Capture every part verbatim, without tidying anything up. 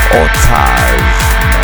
O tarz mı?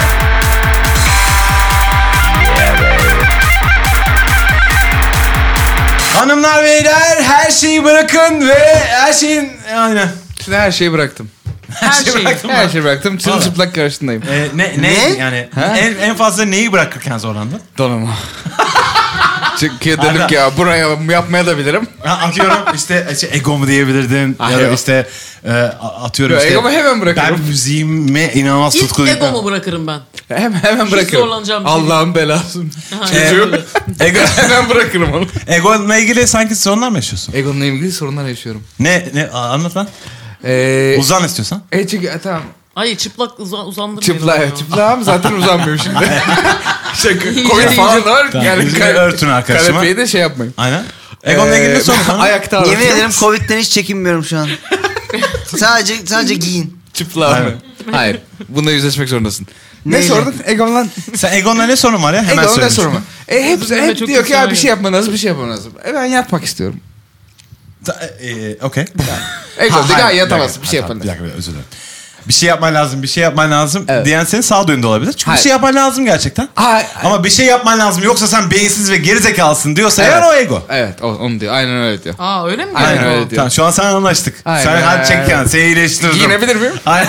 Hanımlar beyler her şeyi bırakın ve her şeyin aynen. Şimdi her şeyi bıraktım. Her şeyi bıraktım. Her şeyi bıraktım. Çırılçıplak karşındayım. Ee, ne, ne Ne? yani en, en fazla neyi bırakırken zorlandın? Donama. Çünkü dedim ki ya buraya yapmaya da bilirim. Ha, atıyorum işte, işte ego mu diyebilirdin ya da Hayır. işte e, atıyorum Yo, işte. egomu hemen bırakırım. Ben müziğime inanılmaz İlk tutkuluyum. egomu bırakırım ben. Hemen hemen Hiç bırakırım. zorlanacağım bir şey değil. Allah'ın belası. Ee, Çocuğu. ego, Hemen bırakırım onu. egonla ilgili sanki sorunlar mı yaşıyorsun? Egonla ilgili sorunlar yaşıyorum. Ne ne a- anlat lan. Ee, Uzan istiyorsan. e çünkü e, tamam. Hayır çıplak uza, uzandırmayalım. Çıplak, ya. evet, çıplağım zaten uzanmıyorum şimdi. Şaka, koyun İyice, falan iyice. var. Tamam, Yani yüzünü kar- örtün arkadaşıma. kanepeyi de şey yapmayın. Aynen. Egonla ilgili ne sorun Ee, var? Ayakta Yemin anlatıyorum. ederim Covid'den hiç çekinmiyorum şu an. sadece sadece giyin. Çıplağım. Aynen. Hayır. Bununla yüzleşmek zorundasın. Ne Neyle? sordun? Egon'la. Sen Egon'la ne sorun var ya? Hemen Egon'la ne söyle. sorun var? E, hep, Benim de hep çok diyor ki güzel ya bir şey geldi. yapman lazım, bir şey yapman lazım. E ben yatmak istiyorum. Ta- e, Okey. Egon Ha, diyor ki hayır, yatamazsın, bir şey ha, yapman tamam, lazım. Bir dakika, özür dilerim. Bir şey yapman lazım, bir şey yapman lazım Evet. diyen senin sağduyunda olabilir. Çünkü Hayır. bir şey yapman lazım gerçekten. Hayır. Ama bir şey yapman lazım yoksa sen beyinsiz ve gerizekalısın diyorsa Evet. eğer o ego. Evet, o- onu diyor. Aynen öyle diyor. Aa öyle mi? Aynen diyor? öyle diyor. Tamam şu an sen anlaştık. Aynen. Sen hadi çek yani seni iyileştirdim. Giyinebilir miyim? Aynen.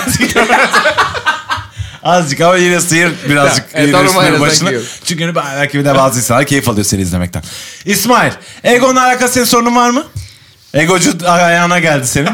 Azıcık ama yine sıyır birazcık Ya, evet, iyileştirme normal başını. giyiyorum. Çünkü belki bir de bazı insanlar keyif alıyor seni izlemekten. İsmail, egonla alakalı senin sorunun var mı? Egocu ayağına geldi senin.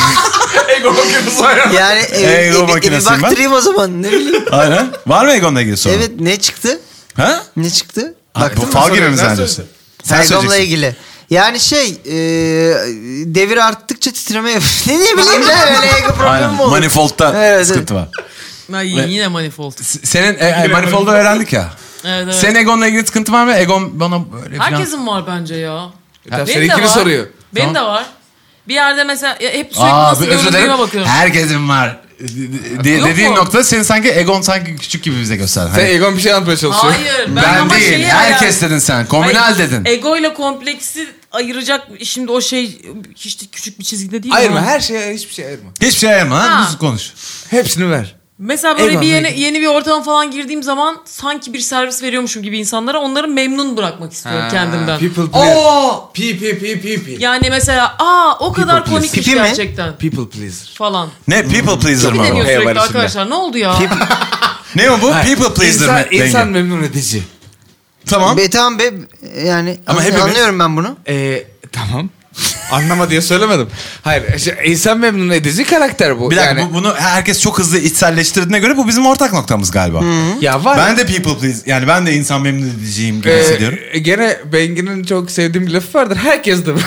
Ego makinesi aynen. Yani e, e, Ego e, bir makinesiyim ben. baktırayım o zaman ne bileyim. Aynen. Var mı egonla ilgili sorun? Evet ne çıktı? Ha? Ne çıktı? Ha, Baktın bu mı? fal gibi mi soruyorsun? Sen zannediyorsun? Sen Egomla söyleyeceksin. ilgili. Yani şey e, devir arttıkça titreme yapıyor. ne ne bileyim ne öyle ego problemi Aynen. mi olur? Manifold'da Evet, sıkıntı var. Ay, Ve- yine manifold. S- Senin e, e, manifold'u öğrendik ya. Evet, evet. Senin egonla ilgili sıkıntı var mı? Egon bana böyle falan... Herkesin var bence ya. Ya, Benim de seninkini var. soruyor. Benim Tamam. de var. Bir yerde mesela ya hep sürekli Aa, nasıl bir özür dilerim. göründüğüme bakıyorum. Herkesin var. De- de- Yok dediğin mu? nokta senin sanki egon sanki küçük gibi bize gösterdi. Sen Hani Egon bir şey anlatmaya çalışıyor. Hayır. Ben, ben ama değil. şeyi Herkes hayal- dedin sen. Komünal Hayır, dedin. Ego ile kompleksi ayıracak şimdi o şey hiç de küçük bir çizgide değil Ayırma, mi? her şeye hiçbir şey ayırma. Hiçbir şey ayırma lan. Ha. Düz konuş. Hepsini ver. Mesela böyle Ego, bir yeni, ego. yeni bir ortama falan girdiğim zaman sanki bir servis veriyormuşum gibi insanlara onları memnun bırakmak istiyorum kendimden. People please. Oo! Pi pi pi pi pi. Yani mesela aa o kadar please. komikmiş Pipi mi? gerçekten People pleaser. falan. Ne people pleaser Pipi mı deniyor bu? Hey, sürekli var içinde. arkadaşlar. Ne oldu ya? Ne o bu? People pleaser İnsan, mı? insan Denge. memnun edici. Tamam. Be, tamam be yani Ama an- hepimiz- anlıyorum ben bunu. Ee, tamam. Anlama diye söylemedim. Hayır, şey, insan memnun edici karakter bu. Bir dakika yani, bu, bunu herkes çok hızlı içselleştirdiğine göre bu bizim ortak noktamız galiba. ya var. Ben de people please yani ben de insan memnun edeceğim gibi Ee, hissediyorum. gene Bengi'nin çok sevdiğim bir lafı vardır. Herkes de var.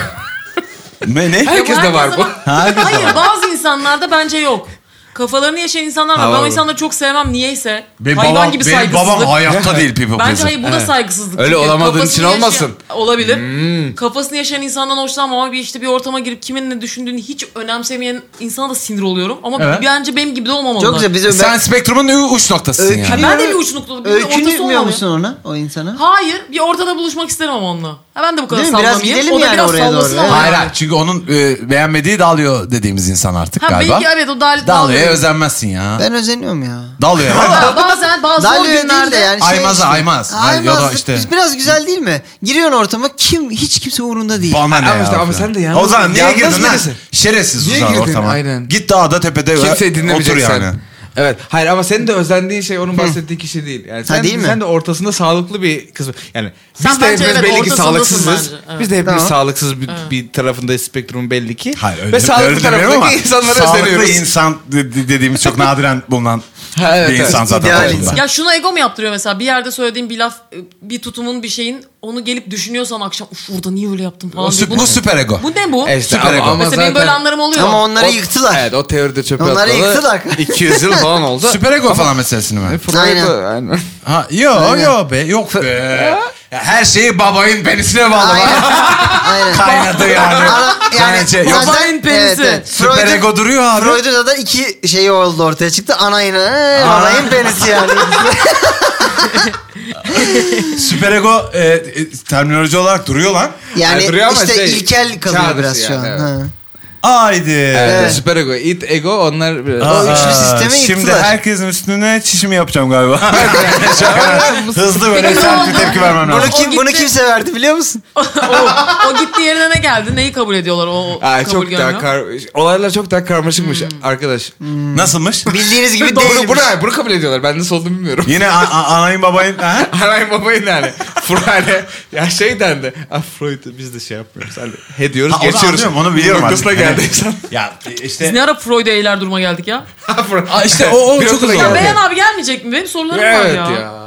Ne? ne? Herkes de var bu. Herkes de Hayır var. bazı insanlarda bence yok. Kafalarını yaşayan insanlar var. Ha, Ben o var. insanları çok sevmem. Niyeyse. Benim Hayvan babam, gibi benim saygısızlık. babam hayatta değil people Bence pleaser. hayır bu da saygısızlık. Öyle Çünkü olamadığın kafasını için yaşayan- olmasın. Olabilir. Hmm. Kafasını yaşayan insandan hoşlanmam ama bir işte bir ortama girip kimin ne düşündüğünü hiç önemsemeyen insana da sinir oluyorum. Ama Evet. bence benim gibi de olmamalılar. Çok güzel bize Sen spektrumun uç noktasısın Öykü- yani. Ha, ben de bir uç noktada, bir de ortası öykünüyor olmalı. musun ona o insana? Hayır, bir ortada buluşmak isterim ama onunla. Ha, ben de bu kadar Değil mi? Biraz sallamayayım. gidelim O da yani biraz oraya sallasın doğru. ama. Hayır hayır çünkü onun e, beğenmediği dalıyor dediğimiz insan artık Ha, galiba. belki evet o dal Dalyo'ya dalıyor. özenmezsin ya. Ben özeniyorum ya. Dalyo'ya. Ya bazen bazı zor Dalıyor değil günlerde de yani şey Aymaz'a, işte. aymaz. Aymaz. Ya da işte- Biraz güzel değil mi? Giriyorsun ortama kim hiç kimse umurunda değil. Bana ne Ama ya? işte- ama falan. sen de yalnız- O zaman niye yalnız girdin lan? birisin. Şerefsiz Niye Uzan girdin? ortama. Aynen. Git dağda tepede Kimseyi otur dinlemeyeceksin. yani. Evet. Hayır ama senin de özendiğin şey onun bahsettiği kişi değil. Yani sen, değil mi? sen de ortasında sağlıklı bir kısmı. Yani Sen biz de bence hepimiz evet, belli ki ortasındasın sağlıksızız. bence, evet. Biz de hepimiz Tamam. sağlıksız bir, bir tarafındayız spektrumun belli ki. Hayır öyle, Ve sağlıklı öyle demiyorum tarafındaki ama insanlara sağlıklı özeniyoruz. insan de- de- dediğimiz çok nadiren bulunan Ha, evet, bir evet. insan zaten. İdeal toplumda. insan. Ya şuna ego mu yaptırıyor mesela? Bir yerde söylediğim bir laf, bir tutumun, bir şeyin onu gelip düşünüyorsan akşam uf orada niye öyle yaptım falan. O diye. sü- Bunu- bu süper ego. Bu ne bu? E işte Süper ama- ego. ama Mesela benim zaten- böyle anlarım oluyor. Ama onları O- yıktılar. Evet o teoride çöpe Onları atmalı. yıktılar. iki yüz yıl falan oldu. Süper ego falan meselesini mi? Freud Aynen. da- aynen. Ha, yo Aynen. yo be yok be. Ya her şeyi babayın penisine bağlı. Aynen. Aynen. Kaynadı yani. Ana- yani Bence yok. zaten- Babayın penisi. Evet, evet. Süper Freud'un- ego duruyor abi. Freud'un da iki şeyi oldu ortaya çıktı. Anayın, ee, anayın penisi yani. Süper ego e, e, terminoloji olarak duruyor lan. Yani Yani duruyor ama işte şey, ilkel kalıyor çağ dışı biraz şu yani, an. evet. Ha. Haydi. Evet, Evet. süper ego. It, ego onlar biraz. O üçlü Aa, sistemi Şimdi yıktılar. herkesin üstüne çişimi yapacağım galiba. Hızlı böyle Peki ne sert bir oldu? tepki vermem Bunu lazım. kim O bunu gitti. kim severdi biliyor musun? o, o gitti yerine ne geldi? Neyi kabul ediyorlar? O Aa, kabul çok daha görmüyor. kar... Olaylar çok daha karmaşıkmış arkadaş. Nasılmış? Bildiğiniz gibi Bunu, değilmiş. bunu, bunu kabul ediyorlar. Ben nasıl olduğunu bilmiyorum. Yine a- a- anayın babayın... Ha? Anayın babayın yani. Freud ya şey dendi. Ah Freud biz de şey yapmıyoruz. Hani he diyoruz Ha, onu geçiyoruz. anlıyorum, onu biliyorum Noktasına artık. geldi Hani- insan. Ya Biz işte... ne ara Freud'a eğiler duruma geldik ya? Aa, işte o, o Bir çok noktada hızlı Ya oldu. geldi. Beyan abi gelmeyecek mi? Benim sorularım var Evet ya. ya.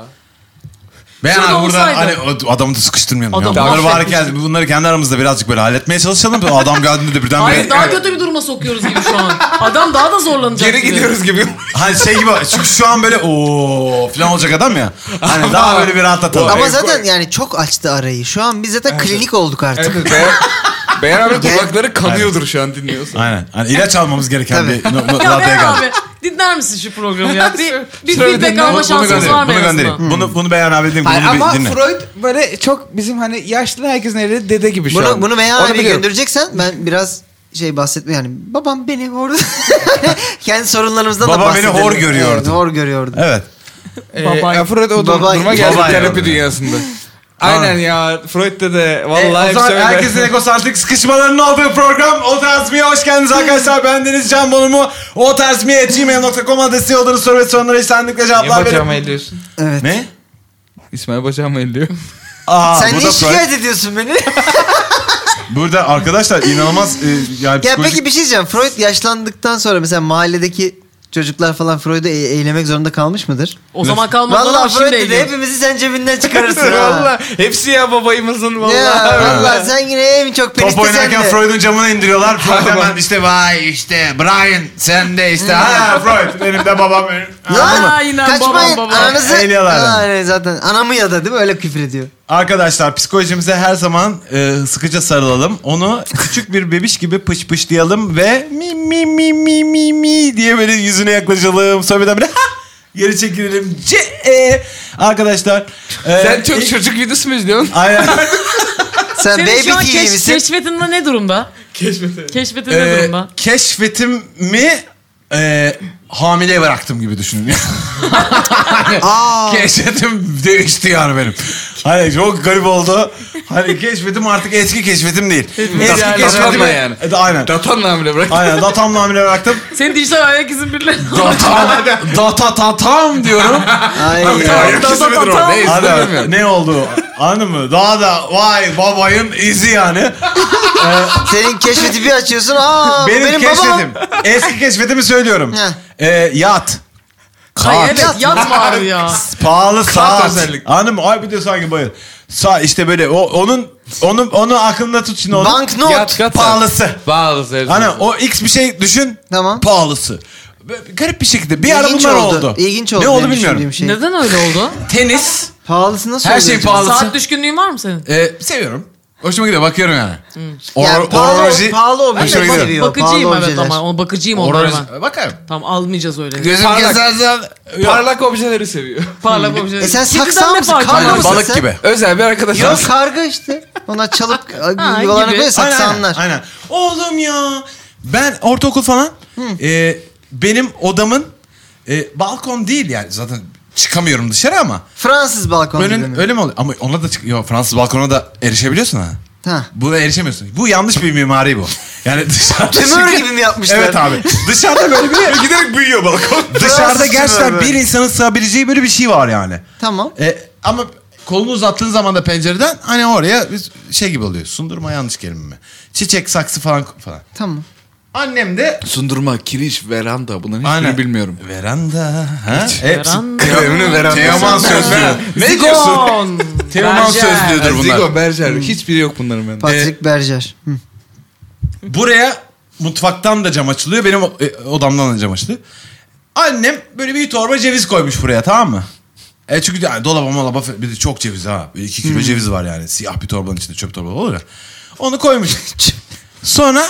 Ben Şurada abi burada olsaydı. hani o- adamı da sıkıştırmayalım. Adam ya. Bunları, mahvetmiştim. varken, bunları kendi aramızda birazcık böyle halletmeye çalışalım. O adam geldiğinde de birden Hayır böyle... daha kötü bir duruma sokuyoruz gibi şu an. Adam daha da zorlanacak Geri gibi. gidiyoruz gibi. Hani şey gibi çünkü şu an böyle ooo falan olacak adam ya. Hani daha böyle bir rahatlatalım. Ama Ego- zaten yani çok açtı arayı. Şu an biz zaten klinik olduk artık. Evet, Beyan, Beyan abi Gel. kulakları kanıyordur şu an dinliyorsun. Aynen. Hani ilaç almamız gereken Tabii. bir no- no- Ya raddeye Beyan geldik. abi dinler misin şu programı ya? Bir, bir Şöyle feedback dinle, alma bunu şansımız göndereyim. var mı Bunu en göndereyim. azından? Bunu, bunu beyan abi dedim. Hayır, Bunu ama bir dinle. Freud böyle çok bizim hani yaşlı herkesin evinde dede gibi şu Bunu an. bunu Meyan Onu abiye biliyorum. göndereceksen ben biraz şey bahsetme yani babam beni orada kendi sorunlarımızdan da Babam beni bahsedelim. hor görüyordu. Evet, hor görüyordu. Evet. Ee, Babay. ya Freud o Babay. duruma geldi Babay terapi oldu. dünyasında. Aynen ya Freud'de de E, vallahi o hepsi zaman öyle. herkesin egosantrik sıkışmalarının olduğu program O Tarz Mi'ye hoş geldiniz arkadaşlar. Ben Deniz Can Bonomo. O Tarz Mi at gmail nokta com adresi yollarınız soru ve sorunlara içtenlikle Niye cevaplar bacağımı verin. elliyorsun? Evet. Ne? İsmail bacağımı elliyor. Aa, Sen bu niye da Freud. şikayet ediyorsun beni? Burada arkadaşlar inanılmaz e, yani Ya psikolojik- peki bir şey diyeceğim. Freud yaşlandıktan sonra mesela mahalledeki çocuklar falan Freud'u e- eğlemek zorunda kalmış mıdır? O zaman kalmadı ama Vallahi şimdi Freud dedi eğleniyor. hepimizi sen cebinden çıkarırsın ha. Valla hepsi ya babayımızın valla. Ya vallahi sen yine en çok Top peniste oynarken sende. Freud'un camına indiriyorlar. Freud hemen işte vay işte Brian sen de işte ha Freud benim de babam benim. Lan Aynen, kaçmayın babam, babam. ananızı. Eğliyorlar. Ha, evet, zaten anamı ya da değil mi öyle küfür ediyor. Arkadaşlar psikolojimize her zaman e, sıkıca sarılalım. Onu küçük bir bebiş gibi pış pışlayalım ve mi mi mi mi mi mi diye böyle yüzüne yaklaşalım. Sonra birden böyle ha geri çekilelim. Ce e. Arkadaşlar. e, Sen çok ilk- çocuk videosu mu izliyorsun? Aynen. Sen Senin baby şu an T V keş, misin? keşfetinde ne durumda? Keşfete. Keşfetinde ne Ee, durumda? keşfetimi e, hamile bıraktım gibi düşünün. Aa, Keşfetim değişti yani benim. Hani çok garip oldu. Hani keşfetim artık eski keşfetim değil. Eski yani. keşfetim Datamla yani. E, aynen. Datanla hamile bırak. Aynen datamla hamile bıraktım. Senin dijital ayak izin birileri. Datam, data tatam diyorum. ay. Ayak Data- izi midir o? data- Ne izin Hadi bilmiyorum. ne oldu? Anladın mı? Daha da vay babayın izi yani. Senin keşfeti bir açıyorsun. Aa, Benim, bu benim keşfetim. babam. Eski keşfetimi söylüyorum. Heh. Ee, yat. Ay Kart. evet yat vardı ya. Pahalı Kart saat. özellikle. Anladın mı? Ay bir de sanki bayıl. Sa işte böyle o onun onu onu aklında tut şimdi onu. Banknot. Yat, yat. Pahalısı. Pahalısı. evet. Hani o X bir şey düşün. Tamam. Pahalısı. Böyle garip bir şekilde bir ara İlginç bunlar oldu. oldu. İlginç oldu. Ne oldu benim bilmiyorum. düşündüğüm Şey. Neden öyle oldu? Tenis. Pahalısı nasıl Her oluyor şey acaba? pahalı. Saat düşkünlüğün var mı senin? Ee, seviyorum. Hoşuma gidiyor bakıyorum yani. Or- Yani pahalı, oroloji- pahalı obje Hoşuma de gidiyor. seviyor. Bakıcıyım pahalı evet objeler. ama o bakıcıyım onlara ben. Oroloji- Bakarım. Tamam almayacağız öyle. Gözüm Parlak. kesersen. Parlak objeleri seviyor. Parlak obje. E sen Kediden saksan ne mısın? farkı Karga var? mısın? Balık sen? gibi. Özel bir arkadaş. Yok karga işte. Ona çalıp Ha, yuvalarına gibi. böyle saksanlar. Aynen, aynen. Oğlum ya. Ben ortaokul falan e, benim odamın e, balkon değil yani zaten çıkamıyorum dışarı ama Fransız balkon gibi öyle, mi? öyle mi oluyor? Ama ona da çık Yo, Fransız balkona da erişebiliyorsun ha. Ha. Buna erişemiyorsun. Bu yanlış bir mimari bu. Yani dışarıda Tümör çünkü- gibi mi yapmışlar? Evet abi. Dışarıda böyle bir Giderek büyüyor balkon. dışarıda Fransız gerçekten tümör bir böyle. insanın sığabileceği böyle bir şey var yani. Tamam. E, ama kolunu uzattığın zaman da pencereden hani oraya biz- şey gibi oluyor. Sundurma yanlış kelime mi? Çiçek, saksı falan falan. Tamam. Annem de Sundurma, kiriş, veranda bunların hiçbirini aynen bilmiyorum. Veranda. Ha? Hepsi. Veranda. Kreminin verandası. Teoman sözlüğü. Ne diyorsun? Zigon. Teoman Berger. sözlüğüdür bunlar. Zigo, Berger. Hiçbiri yok bunların bende. Patrick Berger. Hı. Buraya mutfaktan da cam açılıyor. Benim o- e, odamdan da cam açılıyor. Annem böyle bir torba ceviz koymuş buraya, tamam mı? E çünkü yani dolaba molaba bir de çok ceviz ha. Bir iki kilo ceviz var yani. Siyah bir torbanın içinde, çöp torba olur ya. Onu koymuş. Sonra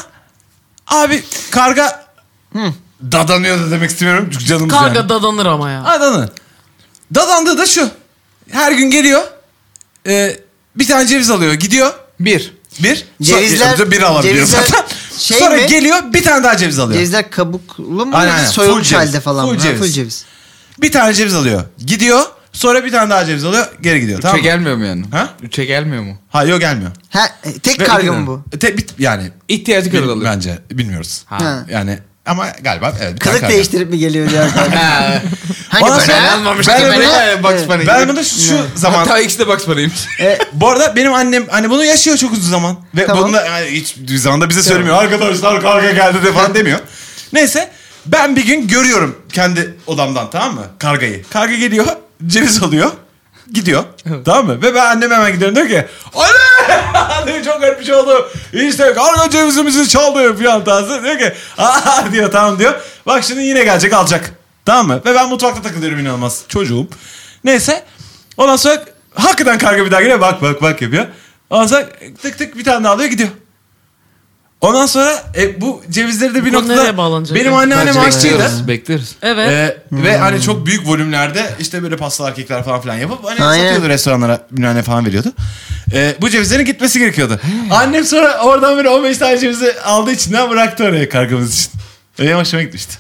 abi karga dadanıyor da demek istemiyorum. Çünkü canımız Karga yani. dadanır ama ya. Dadanı. Dadandığı da şu. Her gün geliyor. E, bir tane ceviz alıyor. Gidiyor. Bir. Bir. Cevizler- Sonra- bir alabiliyor cevizler- zaten. Şey Sonra mi? geliyor bir tane daha ceviz alıyor. Cevizler kabuklu mu? Aynen, aynen. Full Soyulmuş ceviz. halde falan Full mı? Ha, ceviz. Full ceviz. Bir tane ceviz alıyor. Gidiyor. Sonra bir tane daha ceviz alıyor. Geri gidiyor. Üçe Tamam mı? gelmiyor mu yani? Ha? Üçe gelmiyor mu? Hayır yok gelmiyor. Ha, e, tek Ve karga iki mı tane. bu? Te, bit, yani İhtiyacı kadar bil- alıyor. bence bilmiyoruz. Ha. Yani ama galiba evet. bir tane Kılık karga. değiştirip mi geliyor diyor karga? Ha. Hangi Ondan böyle? sonra- Ben almamıştım. Ben- Ben, ben- Bugs Bunny. Ben bunu şu, şu zaman... Hatta ikisi de Bugs Bunny'ymiş. E, Bu arada benim annem hani bunu yaşıyor çok uzun zaman. Ve Tamam. bunu da yani hiç bir zamanda bize söylemiyor. Arkadaşlar karga geldi de falan demiyor. Neyse ben bir gün görüyorum kendi odamdan, tamam mı? Kargayı. Karga geliyor, ceviz alıyor. Gidiyor. Tamam mı? Ve ben anneme hemen gidiyorum, diyor ki anne çok garip bir şey oldu. İşte karga cevizimizi çaldı falan tarzı. Diyor ki aa diyor, tamam diyor. Bak şimdi yine gelecek alacak. Tamam mı? Ve ben mutfakta takılıyorum inanılmaz. Çocuğum. Neyse. Ondan sonra hakikaten karga bir daha geliyor. Bak bak bak yapıyor. Ondan sonra tık tık bir tane daha alıyor, gidiyor. Ondan sonra e, bu cevizleri de bir Bu konu nereye noktada bağlanacak benim ya? anneannem Bence aşçıydı. bekleriz, bekleriz. Evet. Ee, Ve hani çok büyük volümlerde işte böyle pastalar, kekler falan filan yapıp hani Aynen. satıyordu restoranlara, bilmem ne falan veriyordu. Ee, bu cevizlerin gitmesi gerekiyordu. Annem sonra oradan böyle on beş tane cevizi aldı, içinden bıraktı oraya kargamız için. Benim hoşuma gitmişti.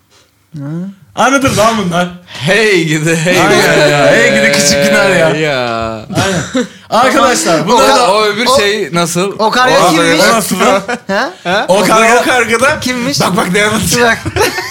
Anladın lan bunlar. Hey gidi hey Aynen gidi. ya, hey gidi küçük günler ya. Ya. Aynen. Arkadaşlar O, bunlar da... o öbür o- şey nasıl? o karga O- kimmiş? O nasıl lan? ha? Ha? O karga- o kargada. Kimmiş? Bak bak ne anlatacak. Bak.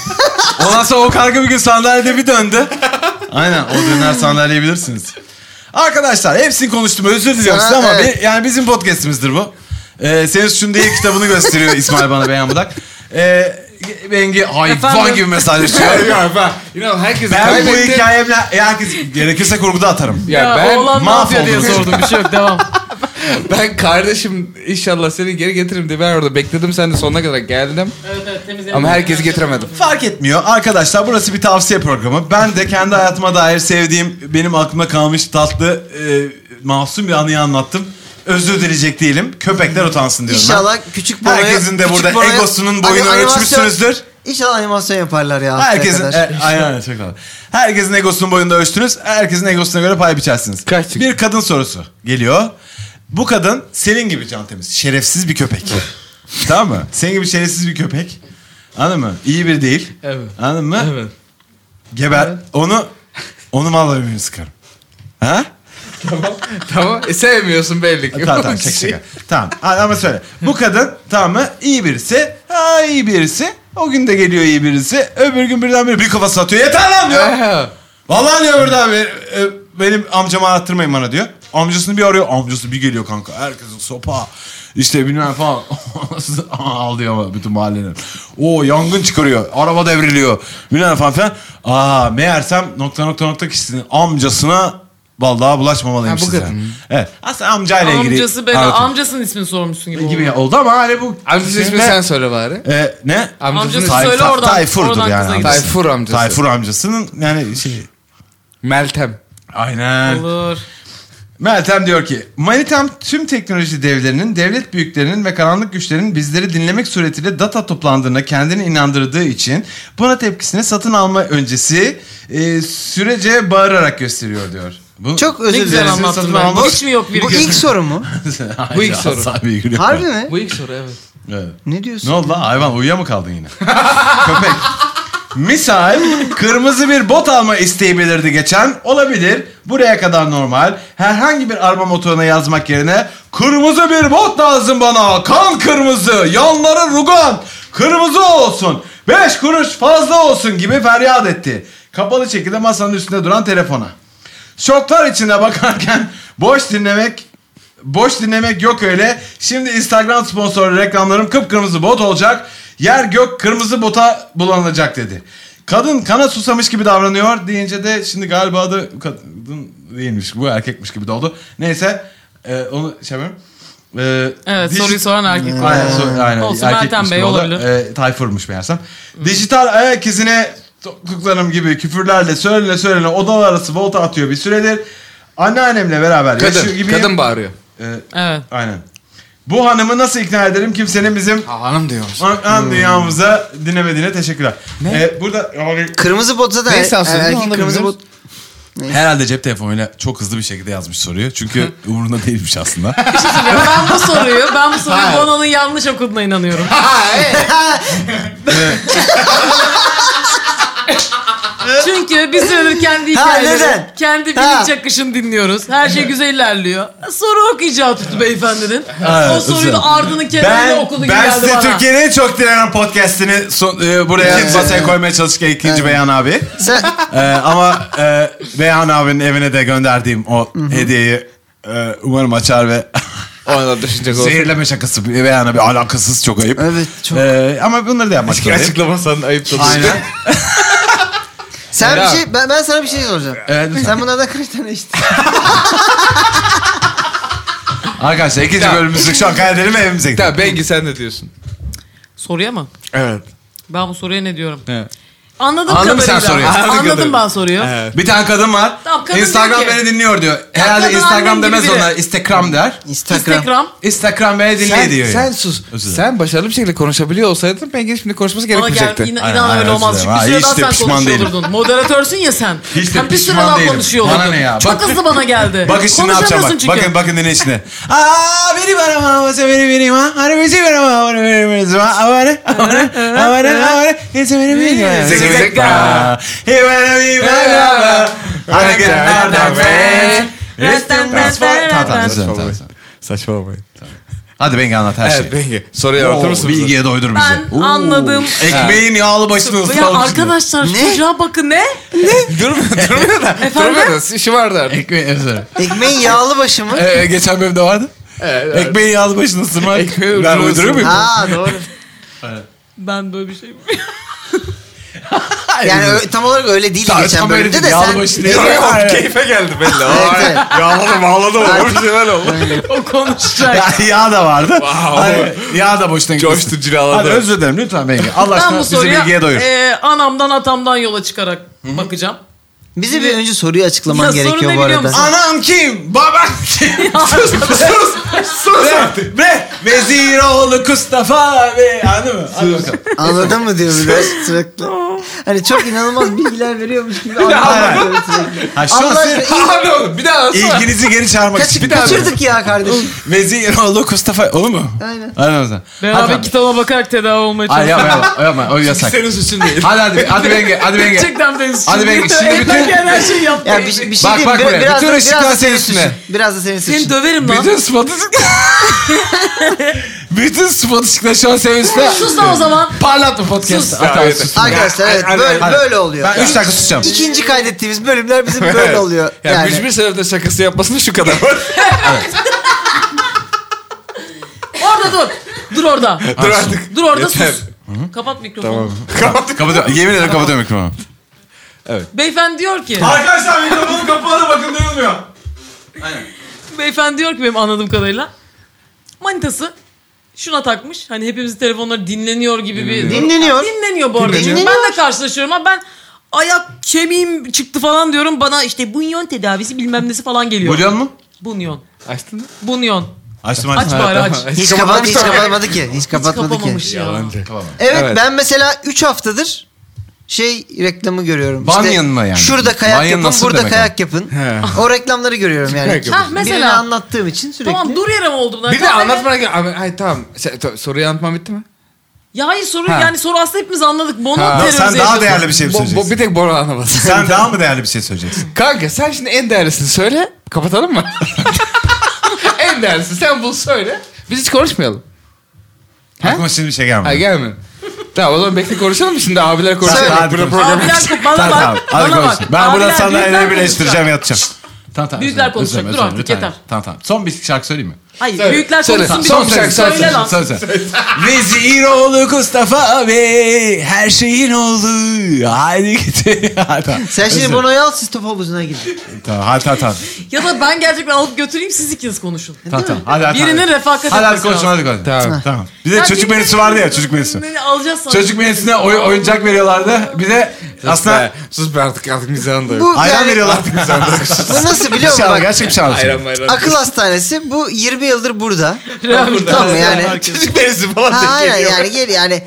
Ondan sonra o karga bir gün sandalyede bir döndü. Aynen, o döner sandalyeyi bilirsiniz. Arkadaşlar hepsini konuştum, özür diliyorum Sana- size ama evet. bir- yani bizim podcastimizdir bu. Ee, Senin Suçun Değil kitabını gösteriyor İsmail bana, Beyan Budak. Ee, Bengi hayvan Efendim? gibi mesajlaşıyor. Ya ben, you know, herkesi Ben bu kaybettim. hikayemle herkes gerekirse kurguda atarım. Ya, Ya, ben oğlan ne yapıyor diye mahvoldum. sordum. Bir şey yok, devam. ben kardeşim inşallah seni geri getiririm diye ben orada bekledim, sen de sonuna kadar geldim. Evet evet, temiz Ama herkesi getiremedim. Fark etmiyor. Arkadaşlar burası bir tavsiye programı. Ben de kendi hayatıma dair sevdiğim, benim aklımda kalmış tatlı, e, masum bir anıyı anlattım. Özür dileyecek değilim. Köpekler utansın diyorum İnşallah küçük ben. boya... Herkesin de küçük burada boya- egosunun Hani boyunu animasyon- ölçmüşsünüzdür. İnşallah animasyon yaparlar ya. haftaya Herkesin kadar. e, aynen aynen, çok tatlı. Herkesin egosunun boyunda ölçtünüz. Herkesin egosuna göre pay biçersiniz. Kaç çıktı? Bir kadın sorusu geliyor. Bu kadın senin gibi can temiz, şerefsiz bir köpek. Tamam mı? Senin gibi şerefsiz bir köpek. Anladın mı? İyi biri değil. Evet. Anladın mı? Evet. Geber. Onu onu mal bölümünü sıkarım. Ha? Tamam. Tamam. E, sevmiyorsun belli ki. Tamam tamam, şaka şaka. Tamam ama söyle. Bu kadın, tamam mı? İyi birisi. Ha iyi birisi. O gün de geliyor iyi birisi. Öbür gün birdenbire bir kafası atıyor. Yeter lan diyor. Ha. Vallahi diyor burada be- e, benim amcamı arattırmayın bana diyor. Amcasını bir arıyor. Amcası bir geliyor kanka. Herkesin sopa. İşte bilmem falan. Ağlıyor ama bütün mahallenin. O yangın çıkarıyor. Araba devriliyor. Bilmem falan filan. Aa meğersem nokta nokta nokta kişinin amcasına vallahi bulaşmamalıyım Ha, bu size. kadın. Evet. Aslında amcayla ilgili. Amcası ben anlatayım. amcasının ismini sormuşsun gibi, gibi oldu. oldu ama hani bu. Amcasının ismini sen söyle bari. E, ne? Amcası Tay- söyle Ta- oradan. Tayfur'dur oradan yani. kıza amcası. gidelim. Tayfur amcası. Tayfur amcasının yani şey. Meltem. Aynen. Olur. Meltem diyor ki Manitam tüm teknoloji devlerinin, devlet büyüklerinin ve karanlık güçlerin bizleri dinlemek suretiyle data toplandığına kendini inandırdığı için buna tepkisini satın alma öncesi e, sürece bağırarak gösteriyor diyor. Bu, Çok özür Ne güzel dilerim. anlattın satın ben. alma- Hiç mi yok bir Bu gün? ilk soru mu? Bu ilk soru. Sahibi gülüyor. Harbi mi? Bu ilk soru evet. Evet. Ne diyorsun? Ne oldu lan? Hayvan uyuya mı kaldın yine? Köpek. Misal kırmızı bir bot alma isteği belirdi geçen. Olabilir. Buraya kadar normal. Herhangi bir araba motoruna yazmak yerine kırmızı bir bot lazım bana. Kan kırmızı. Yanları rugan. Kırmızı olsun. Beş kuruş fazla olsun gibi feryat etti. Kapalı şekilde masanın üstünde duran telefona. Şoklar içinde bakarken boş dinlemek Boş dinlemek yok öyle. Şimdi Instagram sponsorlu reklamlarım kıpkırmızı bot olacak. Yer gök kırmızı bota bulanacak dedi. Kadın kana susamış gibi davranıyor deyince de şimdi galiba adı kadın değilmiş, bu erkekmiş gibi de oldu. Neyse e, onu şey yapayım. E, Evet, dij- soruyu soran erkek. Aynen, so- aynen. Olsun, erkekmiş Meltem Bey gibi oldu. olabilir. E, Tayfur'muş meğersem. Dijital ayak izine soktuklarım gibi küfürlerle söylene söylene odalar arası volta atıyor bir süredir. Anneannemle beraber yaşıyor Kadın. gibiyim. Kadın bağırıyor. E, Evet. aynen. Bu hanımı nasıl ikna ederim? Kimsenin bizim Ha, hanım diyor. an dünyamıza dinlemediğine teşekkürler. Ne? Ee, burada yani Kırmızı bot zaten Ne istasyonu? erkek Onu da kırmızı bot. bilmiyoruz. Herhalde cep telefonuyla çok hızlı bir şekilde yazmış soruyu. Çünkü umurunda değilmiş aslında. Bir şey söyleyeyim. Ben bu soruyu, ben bu soruyu Bono'nun yanlış okuduğuna inanıyorum. Çünkü biz öyle kendi Ha, hikayeleri, neden? kendi Ha. bilinç akışını dinliyoruz. Her şey güzel ilerliyor. Soru okuyacağı tuttu beyefendinin. Evet, o soruyu da güzel. ardının kenarına Ben, okudu gibi ben geldi size bana. Türkiye'nin en çok dinlenen podcastini son- e, buraya İkinci. masaya koymaya çalışırken ikinci Beyhan abi. Sen E, ama e, Beyhan abinin evine de gönderdiğim o hediyeyi e, umarım açar ve Ona da düşünecek olsun. zehirleme şakası Beyhan abi alakasız çok ayıp. Evet, çok. E, ama bunları da yapmak Hiç zorundayım. açıklamasan ayıp tabii. Aynen. sen bir Ya. şey ben, ben sana bir şey soracağım. Evet. Sen bunlardan kaç tane içtin? Arkadaşlar ikinci Ya. bölümümüzü şu an kaydedelim ve evimize gidelim. Tamam Bengi sen ne diyorsun? Soruya mı? Evet. Ben bu soruya ne diyorum? Evet. Anladım Anladın mı kadarıyla. sen soruyu? Anladım Anladım kadarıyla. ben soruyu. Evet. Bir tane kadın var. Tamam, kadın Instagram diyor ki- beni dinliyor diyor. Herhalde kadın Instagram annem gibi demez biri. onlar. Instagram der. Instagram. Instagram. Instagram beni dinliyor Sen, diyor. sen yani. sus. Özür dilerim. Sen başarılı bir şekilde konuşabiliyor olsaydın Bengi'nin şimdi konuşması Bana gel, gerekmeyecekti. inan, Aynen, inan aynen, öyle olmaz. özür Çünkü dilerim. bir Ha, süre daha hiç de sen pişman konuşuyor değilim. olurdun. Moderatörsün ya sen. Hiç de Sen bir süre pişman daha değilim. konuşuyor Bana olurdun. ne ya? Çok Bak- hızlı bana geldi. Bakın şimdi ne yapacağım bak. Konuşamıyorsun çünkü. Bakın bakın dinle içine. Aa beni bana bana bana beni beni ma. Hani beni bana bana bana beni beni ma. Avare avare avare avare. Ese beni beni ma. Zek zek Zek ma. ma. He bana beni bana. Hani gellerden friends. Restem transfer. Tamam tamam tamam, tamam. Saçmalamayın. Hadi Bengi anlat her Evet şeyi. Bengi. Soruyu anlatır Oo, mısın? bilgiye doydur bizi. Ben anladım. Ekmeğin yağlı başını Ya ısıtalım şimdi. arkadaşlar şu Ne? çocuğa bakın ne? Durmuyor, durmuyor da. Efendim? Durmuyor da. İşi vardı artık. Ekmeğin özür Ekmeğin yağlı başı mı? Ee, geçen bölümde vardı. Evet, Ekmeğin yağlı başını ısırmak. Ekmeği Ben ucunu uyduruyor muyum? Ha doğru. Ben böyle bir şey Yani ö- tam olarak öyle değil Tam- geçen tam öyle bölümde değil, de yağlı sen... başı değil. Evet, O Evet. keyfe geldi belli. Evet, evet. Yağladım ağladım. O bir şeyler oldu. o konuşacak. Ya, yağ da vardı. Wow. Hani, yağ da boşuna gitmesin. Coştu, cilaladı. Hadi özür dilerim lütfen Bengi. Allah Ben aşkına bu bizi soruya bilgiye doyur. e, anamdan atamdan yola çıkarak bakacağım. Bize bir önce soruyu açıklaman Ya soru gerekiyor ne bu biliyor arada. musun? Anam kim? Baban kim? sus sus. Sus artık. Bre. Veziroğlu Mustafa Bey. Anladın mı? Hadi bakalım. Anladın mı diyor bir de sürekli. Hani çok inanılmaz bilgiler veriyormuş gibi hayır. anlatıyor sürekli. Ha, şu an Allah sizin aşkına Hadi oğlum bir daha anlatsana. ilginizi geri çağırmak kaç, için. kaçırdık ya kardeşim. Veziroğlu Mustafa. Olur mu? Aynen. Aynen o zaman. Ben Hadi abi abi. kitaba bakarak tedavi olmaya Hayır çalışıyorum. yapma yapma. yapma. O yasak. Senin suçun değil. Hadi hadi. Hadi Bengi. Hadi Bengi. Gerçekten ben Hadi Bengi, şimdi bütün- Elinden gelen her şeyi yaptım. Ya bir, şey- bir şey Bak, diyeyim. bak bir- buraya. Biraz, Bütün da, ışıklar biraz da senin senin üstüne. suçun. Biraz da senin Seni suçun. döverim lan. Bütün spot Bütün spot ışıklar şu an senin üstüne. Sus lan o zaman. Parlat mı podcast? Sus. Hatta Evet. sus. Arkadaşlar evet Hadi, böyle, hadi. böyle oluyor. Ben üç dakika susacağım. İkinci kaydettiğimiz bölümler bizim böyle oluyor. Yani, Yani. mücbir sebepte şakası yapmasının şu kadar var. Orada dur. Dur orada. Dur artık. Dur orada Yeter. sus. Kapat mikrofonu. Kapat. Kapatıyorum. Yemin ederim kapatıyorum mikrofonu. Beyefendi diyor ki. Arkadaşlar mikrofonu kapalı bakın duyulmuyor. Beyefendi diyor ki benim anladığım kadarıyla. Manitası şuna takmış. Hani hepimizin telefonları dinleniyor gibi bir... Dinleniyor. Dinleniyor bu arada. Dinleniyor. Çünkü ben de karşılaşıyorum ama ben ayak kemiğim çıktı falan diyorum. Bana işte bunyon tedavisi bilmem nesi falan geliyor. Bulyon mu? Bunyon. Açtın mı? Bunyon. Açtım Aç açtım. bari aç. Hiç, kapat, hiç kapatmadı ki. Hiç Hiç kapatmadı ki. kapamamış ya. Yalancı. Evet, Evet. ben mesela üç haftadır şey reklamı görüyorum. Banyan mı yani? Şurada kayak Banyan yapın, nasıl burada demek kayak yapın. He. O reklamları görüyorum yani. Kayak yapın. Ha Birini mesela. anlattığım için sürekli. Tamam dur yere mi oldu bunlar? Bir de Tamam, anlatmana gerek. Ama hayır tamam. Sen, to- soruyu anlatmam bitti mi? Ya hayır soru Ha. yani soru aslında hepimiz anladık. Bono Ha. terörize Sen daha ediyorsun. değerli bir şey mi Bo, bo, söyleyeceksin? bir tek Bora anlamadı. Sen daha mı değerli bir şey söyleyeceksin? Kanka sen şimdi en değerlisini söyle. Kapatalım mı? En değerlisini sen bul söyle. Biz hiç konuşmayalım. He? Aklıma şimdi bir şey Ha gelmedi. gelme. Tamam o zaman bekle konuşalım mı şimdi abiler konuşalım. Söyle. Hadi Burada konuş. program Abiler kop bana Tamam tamam. bak. Hadi Bana konuş. bak. Ben burada Abiler, sandalyeleri büyükler birleştireceğim konuşacak. yatacağım. Tamam tamam. Büyükler özür dilerim, konuşacak. özür Dur dilerim, artık, lütfen. yeter. Tamam tamam. Son bir şarkı söyleyeyim mi? Hayır Söyle, büyükler söyle. konuşsun. Son bir şarkı, konuşsun. son Söyle şarkı, lan. Söyle söyle. Veziroğlu Mustafa Bey her şeyin oldu. Haydi git. Tamam. Sen şimdi Özür- Bono'yu al, siz top havuzuna gidin. Tamam hadi hadi hadi. Ya da ben gerçekten alıp götüreyim siz ikiniz konuşun. Tamam tamam. Hadi hadi. Birinin hadi. refakat Hadi hadi etmesi konuşun lazım. hadi konuşun. Tamam. Tamam. Bir de Ya çocuk dinle- menüsü vardı ya çocuk menüsü. Ne alacağız sana? Çocuk menüsüne oy, oyuncak veriyorlardı. Bize Aslında aslında sus be artık artık mizahın da yok. Bu ayran yani, veriyorlardı. bu nasıl biliyor Bir musun? şey al, Bak, gerçek bir şey anlatacağım. Ayran mayran. akıl hastanesi bu yirmi yıldır burada. Rehabilitasyon Tamam yani. Çocuk menüsü falan Ha, denk aynen geliyor. yani gel yani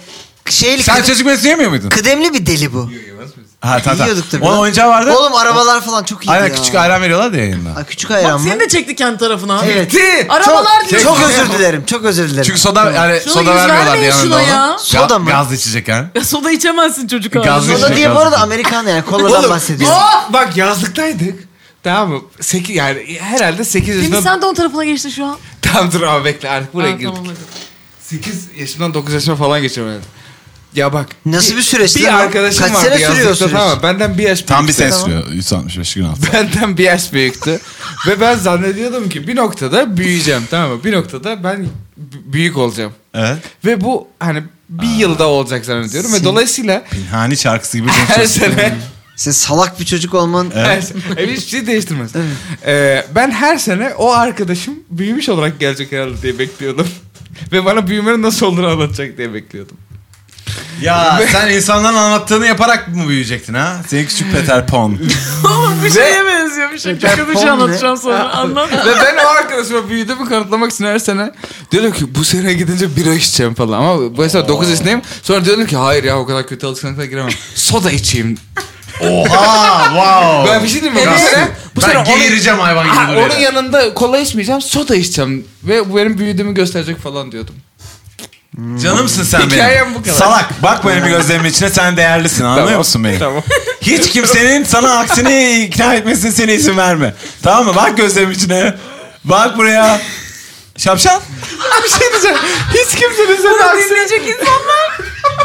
şeyli Sen kıdem- çocuk menüsü yemiyor muydun? kıdemli bir deli bu. Ha tamam tamam. Yiyorduk tabii Onun lan. oyuncağı vardı. Oğlum arabalar falan çok iyiydi Aynen ya. küçük ayran veriyorlar da yayında. Ay, küçük Bak ayran mı? seni de çekti kendi tarafına. Evet. Arabalar Çok, diyor. çok özür dilerim. Çok özür dilerim. Çünkü soda yani Şuna soda yüz vermiyorlar vermeyin diye şuna yanında ya. ona. Soda mı? Gazlı içecek yani. Ya soda içemezsin çocuk abi. Gazlı Soda içecek. Soda diye bu arada Amerikan yani koladan bahsediyorum. Aa, bak yazlıktaydık. Tamam mı? sekiz yani herhalde sekiz Şimdi yaşında. sen de onun tarafına geçtin şu an. Tamam dur ama bekle artık buraya Ha, girdik. tamam, hadi. sekiz yaşımdan dokuz yaşıma falan geçiyorum yani. Ya bak. Nasıl bir süreç Bir lan o? arkadaşım Kaç vardı sene sürüyor yazlıkta, süreç? tamam mı? Benden bir yaş büyüktü. Tam bir ses Tamam. sürüyor. yüz altmış beş gün altı. Benden bir yaş büyüktü. Ve ben zannediyordum ki bir noktada büyüyeceğim, tamam mı? Bir noktada ben b- büyük olacağım. Evet. Ve bu hani bir yılda olacak zannediyorum. Ve Sin- dolayısıyla Pinhani şarkısı gibi her konuşuyorsun. sene... Sen salak bir çocuk olman. her sene e, hiçbir şey değiştirmez. Ee, ben her sene o arkadaşım büyümüş olarak gelecek herhalde diye bekliyordum. Ve bana büyümenin nasıl olduğunu anlatacak diye bekliyordum. Ya sen insanların anlattığını yaparak mı büyüyecektin ha? Senin küçük Peter Pan. Oğlum bu şeye benziyor bir şey. Çok kötü bir şey Japon ne? anlatacağım sonra. Anlat. Ve ben o arkadaşıma büyüdüğümü kanıtlamak için her sene diyordum ki bu sene gidince bira içeceğim falan. Ama bu mesela dokuz yaşındayım. Sonra diyordum ki hayır ya o kadar kötü alışkanlıklara giremem. Soda içeyim. Oha wow. Ben bir şey diyeyim mi? Bu Evet. sene, bu Ben sene onun- geğireceğim hayvan gibi Ha, buraya. onun yanında kola içmeyeceğim, soda içeceğim. Ve bu benim büyüdüğümü gösterecek falan diyordum. Canımsın sen benim. Hikayem bu kadar. Salak. Bak benim gözlerimin içine sen değerlisin. Anlıyor musun beni? Tamam. Hiç kimsenin sana aksini ikna etmesine seni izin verme. Tamam mı? Bak gözlerimin içine. Bak buraya. Şapşal. Bir şey diyeceğim. Hiç kimsenin sana aksini... Dinleyecek insanlar.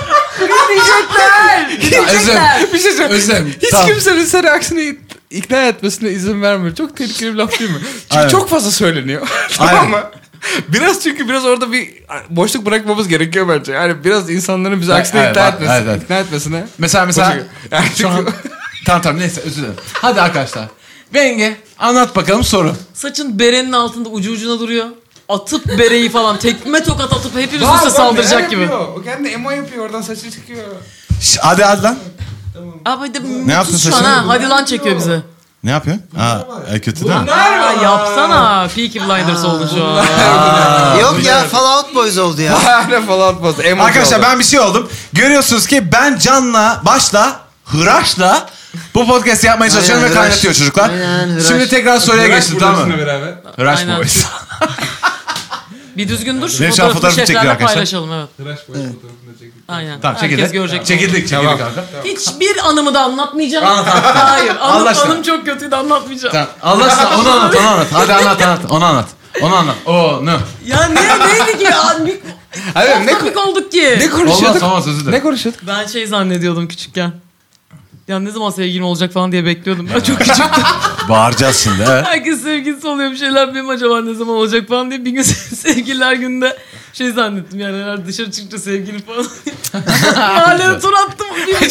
Dinleyecekler. Özlem. Bir şey söyleyeyim. Özlem. Hiç Tamam. kimsenin seni aksini ikna etmesine izin vermiyor. Çok tehlikeli bir laf değil mi? Çünkü Aynen. çok fazla söyleniyor. tamam Aynen. mı? Biraz çünkü biraz orada bir boşluk bırakmamız gerekiyor bence. Yani biraz insanların bize Evet, aksine evet, ikna, evet, etmesine, evet, evet. ikna etmesine. Mesela mesela Boşu- Yani şu an çünkü- tamam tamam neyse özür dilerim. Hadi arkadaşlar. Bengi anlat bakalım soru. Saçın berenin altında ucu ucuna duruyor. Atıp bereyi falan tekme tokat atıp hepimiz Var, üste bak, saldıracak neler gibi. yapıyor. O kendi emo yapıyor oradan saçı çıkıyor. Şş, hadi hadi lan. Abi de Ne yaptın mutsuz şu an saçını? ha. Hadi lan çekiyor bize. Ne yapıyorsun? Aa, e, kötü değil mi? Ha, yapsana. Peaky Blinders oldu şu an. Yok ya Fallout Boys oldu ya. Aynen falan poz. Emo Arkadaşlar oldu. ben bir şey oldum. Görüyorsunuz ki ben Can'la başla hıraşla bu podcast'i yapmaya çalışıyorum Aynen, ve hıraş. kaynatıyor çocuklar. Aynen, hıraş. Şimdi tekrar soruya geçtim tamam mı? beraber. Hıraş Aynen. boys. Bir düzgün dur. Şu Benim şu an fotoğrafı fotoğrafı çekiyor şeflerle arkadaşlar. paylaşalım evet. Tıraş boy fotoğrafını çektik. Aynen. Tamam Herkes çekildik. görecek. Çekildik çekildik Tamam. kanka. Hiçbir anımı da anlatmayacağım. Anlat, anlat. Hayır. Allah Anım, aşkına. anım çok kötüydü anlatmayacağım. Tamam. Allah aşkına onu anlat onu anlat. Hadi anlat anlat onu anlat. Onu anlat. O ne? Ya ne neydi ki ya? Bir, Hayır, ne, komik olduk ki. ne konuşuyorduk? Olmaz olmaz özür dilerim. Ne konuşuyorduk? Ben şey zannediyordum küçükken. Ya ne zaman sevgilim olacak falan diye bekliyordum. Ben çok küçüktüm. Bağıracağız şimdi he. Herkes sevgilisi oluyor bir şeyler benim acaba ne zaman olacak falan diye bir gün sevgililer günde şey zannettim yani herhalde dışarı çıkınca sevgilim falan. Mahallede tur attım.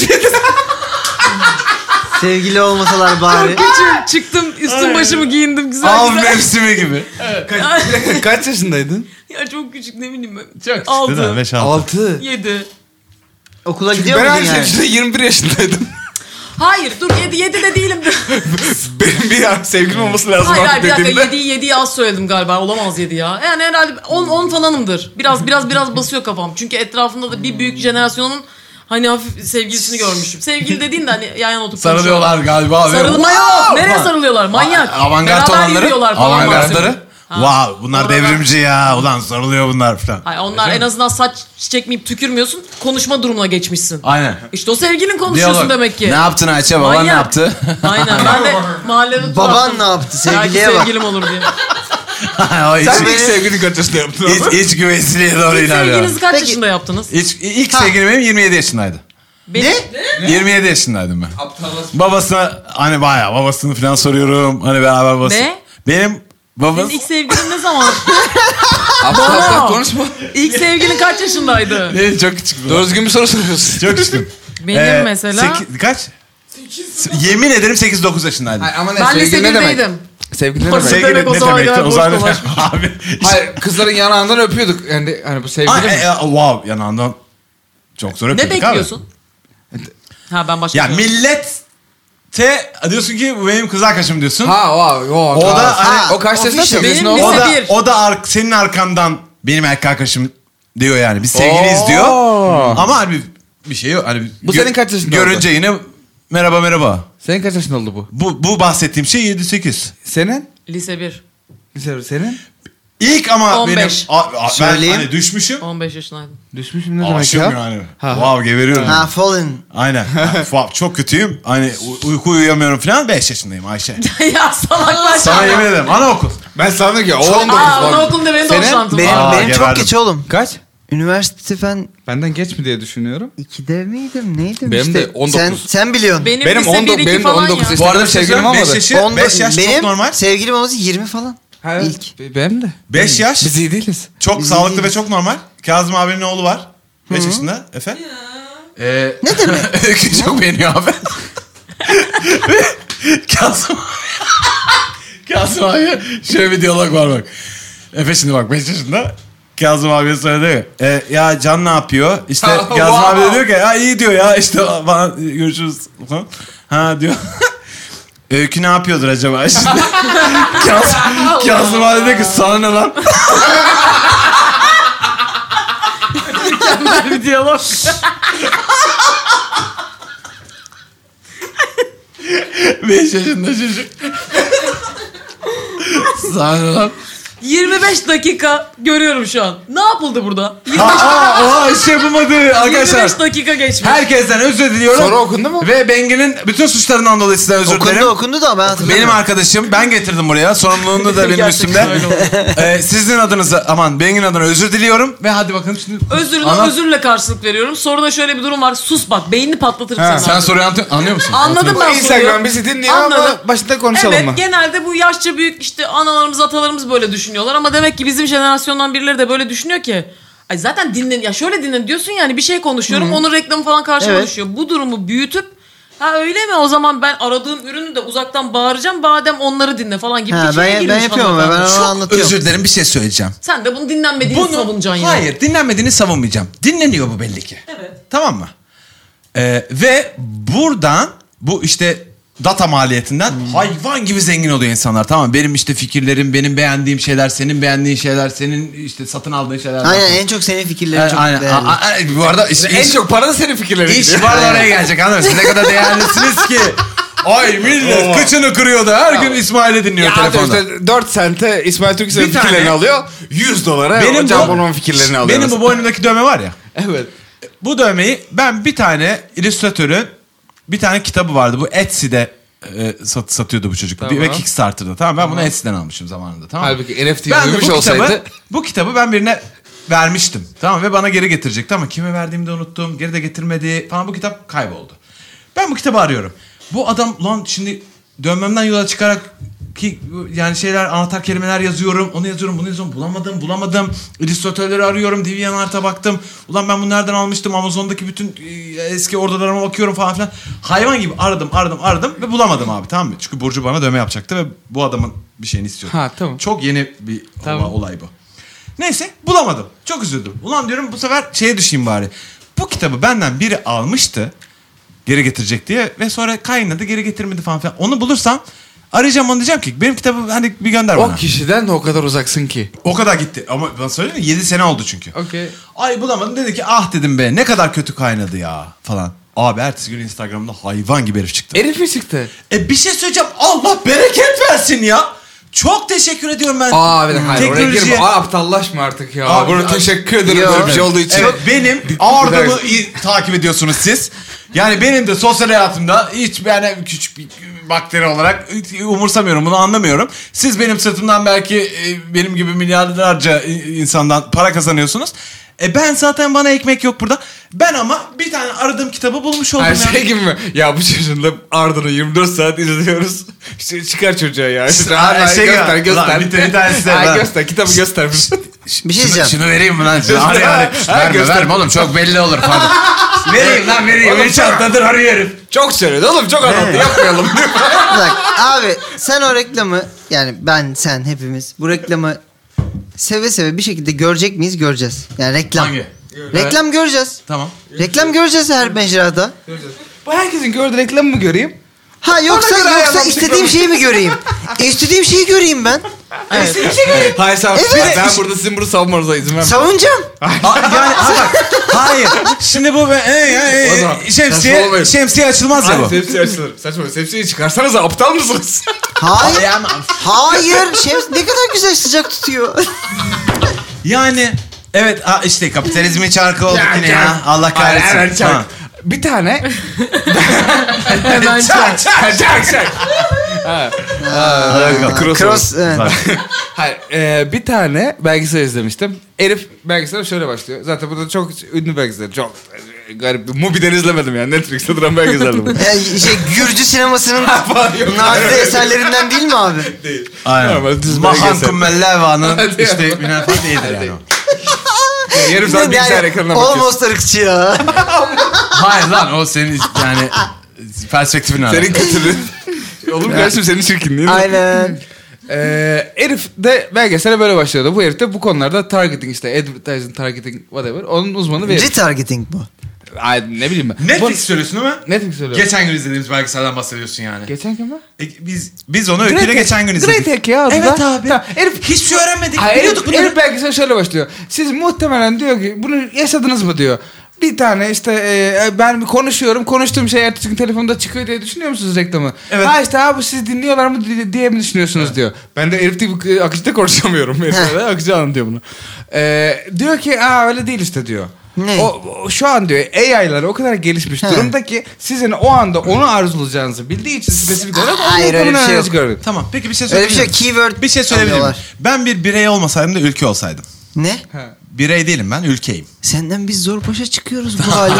Sevgili olmasalar bari. Küçüğüm çıktım üstüm başımı giyindim güzel Av güzel. mevsimi gibi. Kaç yaşındaydın? Ya çok küçük ne bileyim ben. Çok çıktı da Altı, beş altı. altı. yedi. Okula gidiyor Ben muydun aynı yani? yaşında yirmi bir yaşındaydım. Hayır dur yedi yedi de değilim. Benim bir ya sevgilim olması lazım Hayır hayır artık bir dakika dediğimde. yediyi yediyi az söyledim galiba olamaz yedi ya. Yani herhalde on on falanımdır. Biraz biraz biraz basıyor kafam. Çünkü etrafımda da bir büyük jenerasyonun hani hafif sevgilisini görmüşüm. Sevgili dediğin de hani yan yana oturup Sarılıyorlar galiba. ve- Sarılma yok. Wow! Nereye sarılıyorlar? Manyak. A- Avantgard Beraber olanları. yürüyorlar falan Avantgardları. maksimum. Ha. Wow bunlar Oralar- devrimci ya. Ulan sarılıyor bunlar falan. Hayır, onlar en azından saç çekmeyip tükürmüyorsun. Konuşma durumuna geçmişsin. Aynen. İşte o sevgilin konuşuyorsun Diyalog. demek ki. Ne yaptın Ayça? Baban ne Manyak. yaptı? Aynen. Ben de mahallede tur Baban attım. ne yaptı? Belki Sevgiliye bak. sevgilim olur diye. o iç, Sen beni- ilk sevgilini kaç yaşında yaptın iç, abi? iç güvesiliğe doğru ilerliyor. Sevgilinizi kaç Peki. yaşında yaptınız? İlk, ilk sevgilim benim yirmi yedi yaşındaydı. Benim... Ne? yirmi yedi yaşındaydım ben. Aptallasın. Babasına hani bayağı babasını falan soruyorum. Hani beraber babası. Ne? Benim babası. Senin ilk sevgilin ne zaman? Aptal Bana. aptal konuşma. İlk sevgilin kaç yaşındaydı? Benim çok küçük. Doğru düzgün bir soru soruyorsun. Çok küçüktüm. Benim Ee, mesela... seki- kaç? Yemin ederim sekiz dokuz yaşındaydım. Hayır, ama ne, Ben lise sevgili ne demek? birdeydim. Sevgili ne Orası- demek? Sevgili demek o ne zaman demekti? kadar O boş zaman dolaşmış. abi. Hayır kızların yanağından öpüyorduk. Yani hani bu sevgili Ay, mi? e, e, wow yanağından çok zor Ne öpüyorduk abi. bekliyorsun? Ha ben başka Ya bir şey- millete diyorsun ki bu benim kız arkadaşım diyorsun. Ha wow, wow, O da ha, hani- o kaç yaşında official. sevgilisin Benim o? o lise da bir. o da ar- senin arkandan benim erkek arkadaşım diyor yani. Biz sevgiliyiz Oo. diyor. Ama hani bir, bir şey yok. Hani Bu senin kaç yaşında görünce oldu? yine merhaba merhaba. Senin kaç yaşında oldu bu? Bu, bu bahsettiğim şey yedi sekiz. Senin? Lise bir. Senin? İlk ama on beş. benim a, a, ben Söyleyeyim. hani düşmüşüm. on beş yaşındaydım. Düşmüşüm ne demek Aşığım ya? yani. Ha. Wow geberiyorum. Ha fallen. Aynen. Ha, çok kötüyüm. Hani u- uyku uyuyamıyorum falan. beş yaşındayım Ayşe. Ya salaklar. Sana yemin ederim. Anaokul. Ben sandım ki o on dokuz Aa falan. anaokulunda benim de Senin? boşantım Benim, var. Aa, benim çok geberdim. geç oğlum. Kaç? Üniversite ben Benden geç mi diye düşünüyorum. ikide miydim neydim Benim işte. de on dokuz. Sen, sen biliyorsun. Benim, Benim lise on dokuz bir iki benim de falan on dokuz ya. yaşında Bu arada bir şey sevgilim söyleyeyim. beş olmadı. yaşı, On beş dokuz yaş benim çok normal. sevgilim olması yirmi falan. Ha, İlk. be- Benim de. beş yaş Biz iyi değiliz. çok Biz sağlıklı ve iyiyiz. çok normal. Kazım abinin oğlu var. beş yaşında. Efe. Ee, Ne demek? Öykü çok beğeniyor abi. Kazım Kazım abi şöyle bir diyalog var bak. Efe şimdi bak beş yaşında. Kazım abiye söyledi. E, ya Can ne yapıyor? İşte Ha, Kazım abi de wow. diyor ki ya iyi diyor ya işte falan görüşürüz falan. Ha diyor. Öykü ne yapıyordur acaba şimdi? Kazım, Kazım abi diyor ki sana ne lan? Mükemmel bir diyalog. beş yaşında çocuk. Sana ne lan? yirmi beş dakika görüyorum şu an. Ne yapıldı burada? Aa, aa, oha iş yapılmadı arkadaşlar. yirmi beş dakika geçmiş. Herkesten özür diliyorum. Soru okundu mu? Ve Bengi'nin bütün suçlarından dolayı sizden özür Okundu dilerim. okundu da ben hatırlamıyorum. Benim arkadaşım, ben getirdim buraya. Sorumluluğunu da benim Gerçekten öyle üstümde. oldu. Ee, sizin adınıza, aman Bengi'nin adına özür diliyorum. Ve hadi bakın şimdi. Özürle Anlat. özürle karşılık veriyorum. Sonra şöyle bir durum var. Sus bak beynini patlatırım Ha, senin. Sen abi. soruyu anlıyor, anlıyor musun? Anladım Anlatıyor ben Instagram soruyu. bizi dinliyor Anladım. ama başında konuşalım Evet mı? genelde bu yaşça büyük işte analarımız atalarımız böyle düşünüyorlar ama demek ki bizim jenerasyondan birileri de böyle düşünüyor ki ay zaten dinlen ya şöyle dinlen diyorsun yani bir şey konuşuyorum onun reklamı falan karşıma Evet. düşüyor. Bu mumu büyütüp ha öyle mi o zaman ben aradığım ürünü de uzaktan bağıracağım badem onları dinle falan gibi Ha, bir şeye ben, girmiş ben yapıyorum ama ben hanımefendi. onu Çok anlatıyorum. özür dilerim bir şey söyleyeceğim. Sen de bunu dinlenmediğini savunacaksın yine. Hayır dinlenmediğini savunmayacağım. Dinleniyor bu belli ki. Evet. Tamam mı? Ee, ve buradan bu işte data maliyetinden hayvan gibi zengin oluyor insanlar. Tamam mı? Benim işte fikirlerim, benim beğendiğim şeyler, senin beğendiğin şeyler, senin işte satın aldığın şeyler. Aynen en çok senin fikirlerin Evet, çok aynen. değerli. A- a- bu arada iş, En iş, çok para da senin fikirlerin iş gidiyor. var da oraya gelecek anladın mı? Siz ne kadar değerlisiniz ki. Ay millet kıçını kırıyordu. Her gün İsmail'i dinliyor Ya telefonda. işte dört sente İsmail Türksel'in Bir tane- fikirlerini alıyor. yüz dolara Benim Can bu- Bonomo'nun fikirlerini alıyor. Benim bu boynumdaki dövme var ya. Evet. Bu dövmeyi ben bir tane illüstratörün bir tane kitabı vardı. Bu Etsy'de e, sat, satıyordu bu çocuk. Tamam. Ve Kickstarter'da. Tamam ben bunu Etsy'den almışım zamanında. Tamam mı? Halbuki N F T'yi Ben de duymuş bu olsaydı. kitabı, bu kitabı ben birine vermiştim. Tamam ve bana geri getirecekti ama kime verdiğimi de unuttum. Geri de getirmedi falan bu kitap kayboldu. Ben bu kitabı arıyorum. Bu adam lan şimdi dövmemden yola çıkarak ki yani şeyler anahtar kelimeler yazıyorum. Onu yazıyorum bunu yazıyorum. Bulamadım bulamadım. İllüstratörleri arıyorum. DeviantArt'a baktım. Ulan ben bunu nereden almıştım? Amazon'daki bütün e, eski oradalarıma bakıyorum falan filan. Hayvan gibi aradım aradım aradım ve bulamadım abi tamam mı? Çünkü Burcu bana dövme yapacaktı ve bu adamın bir şeyini istiyordum. Ha, tamam. Çok yeni bir Tamam. ola- olay bu. Neyse bulamadım. Çok üzüldüm. Ulan diyorum bu sefer şeye düşeyim bari. Bu kitabı benden biri almıştı. Geri getirecek diye ve sonra kaynadı geri getirmedi falan filan. Onu bulursam arayacağım onu diyeceğim ki benim kitabı hani bir gönder bana. O kişiden de o kadar uzaksın ki. O kadar gitti ama ben söyleyeyim mi yedi sene oldu çünkü. Okey. Ay bulamadım dedi ki ah dedim be ne kadar kötü kaynadı ya falan. Abi ertesi gün Instagram'da hayvan gibi herif çıktı. Herif mi çıktı? E bir şey söyleyeceğim Allah bereket versin ya. Çok teşekkür ediyorum ben. Aa bir dakika hayır oraya Teknolojiye- girme. Aa aptallaşma artık ya. Abi, Bunu abi- teşekkür ederim Yok. böyle bir şey olduğu için. Evet benim ardımı i- takip ediyorsunuz siz. Yani benim de sosyal hayatımda hiç yani küçük bir bakteri olarak hiç umursamıyorum bunu anlamıyorum. Siz benim sırtımdan belki e, benim gibi milyarlarca i- insandan para kazanıyorsunuz. E ben zaten bana ekmek yok burada. Ben ama bir tane aradığım kitabı bulmuş oldum Her ya. şey gibi mi? Ya bu çocuğun da Arda'nı yirmi dört saat izliyoruz. İşte çıkar çocuğa ya. İşte, Ay, ay, şey göster ya, göster. ulan bir tane- bir tanesi de Ay, var. göster kitabı göster. Bir şey Şunu, diyeceğim. şunu vereyim mi lan? Şunu Göster. arıyor, arıyor. Ha, Verme göster. verme oğlum çok belli olur falan. vereyim lan vereyim. Oğlum, Üç haftadır arıyor herif. Çok söyledi oğlum çok anlattı Evet. yapmayalım. Bak abi sen o reklamı yani ben sen hepimiz bu reklamı seve seve bir şekilde görecek miyiz göreceğiz. Yani reklam. Hangi? Reklam göreceğiz. Tamam. Reklam göreceğiz her mecrada. Bu herkesin gördüğü reklamı mı göreyim? Ha yoksa göre yoksa ayarlamıştık istediğim onu. şeyi mi göreyim? E, istediğim şeyi göreyim ben. Evet. Hayır sen Evet. ben burada sizin bunu savunmanıza izin vermem. Savunacağım. Ha, yani ha bak. Hayır. Şimdi bu e, e, O zaman e, şemsiye, saçmalamayın. şemsiye açılmaz ya Hayır bu. sepsi açılır. Saçma sepsiyi çıkarsanız aptal mısınız? Hayır. Yani, Hayır. Şems ne kadar güzel sıcak tutuyor. yani evet ha, işte kapitalizmin çarkı olduk yine çark. ya. Allah Hayır, kahretsin. hemen çark. Ha. Bir tane Hemen çak. çak çak çak. Hadi bakalım. Cross. Cross. Evet. Hayır, e, bir tane belgesel izlemiştim. Herif belgesel şöyle başlıyor. Zaten bu da çok ünlü belgesel. Çok e, garip. Mubi'den izlemedim yani. Netflix'te duran belgeseldi bu. Yani şey Gürcü sinemasının Falan yok. nadide eserlerinden değil mi abi? Değil. Aynen. Normal düz Mahan belgesel. Kummellevan'ın Hadi işte ya. Bülent falan değildir yani o. Yarım saat bilgisayar ekranına bakıyorsun. Almost ırkçı ya. Hayır lan o senin yani perspektifin Senin alakalı. kötülüğün. Oğlum kardeşim senin çirkinliğin. Aynen. Ee, herif de belgesele böyle başlıyordu. Bu herif de bu konularda targeting işte advertising, targeting whatever. Onun uzmanı bir herif. Retargeting bu. Ay, ne bileyim ben. Netflix söylüyorsun değil mi? Bu, Netflix söylüyor. Geçen gün izlediğimiz belgeselden bahsediyorsun yani. Geçen gün mü? E, biz biz onu öyküyle geçen gün izledik. Great Hack ya adı Evet da. abi. Tamam, herif Hiçbir şey öğrenmedik. Hayır, Biliyorduk herif, bunları. herif belgesel şöyle başlıyor. Siz muhtemelen diyor ki bunu yaşadınız mı diyor. Bir tane işte e, ben konuşuyorum. Konuştuğum şey ertesi gün telefonda çıkıyor diye düşünüyor musunuz reklamı? Evet. Ha işte abi siz dinliyorlar mı diye, diye mi düşünüyorsunuz diyor. Ben de herif gibi akıcıda konuşamıyorum. Mesela akıcı anlatıyor bunu. E, diyor ki aa öyle değil işte diyor. Ne? O, o şu an diyor A I'lar o kadar gelişmiş He. durumda ki sizin o anda onu arzulayacağınızı bildiği için spesifik olarak Hayır, onun öyle bir şey yok. çıkarıyor. Tamam peki bir şey Öyle söyleyeyim. bir şey keyword Bir şey söyleyebilir miyim? alıyorlar. Ben bir birey olmasaydım da ülke olsaydım. Ne? Birey değilim ben ülkeyim. Senden biz zor başa çıkıyoruz bu halimle.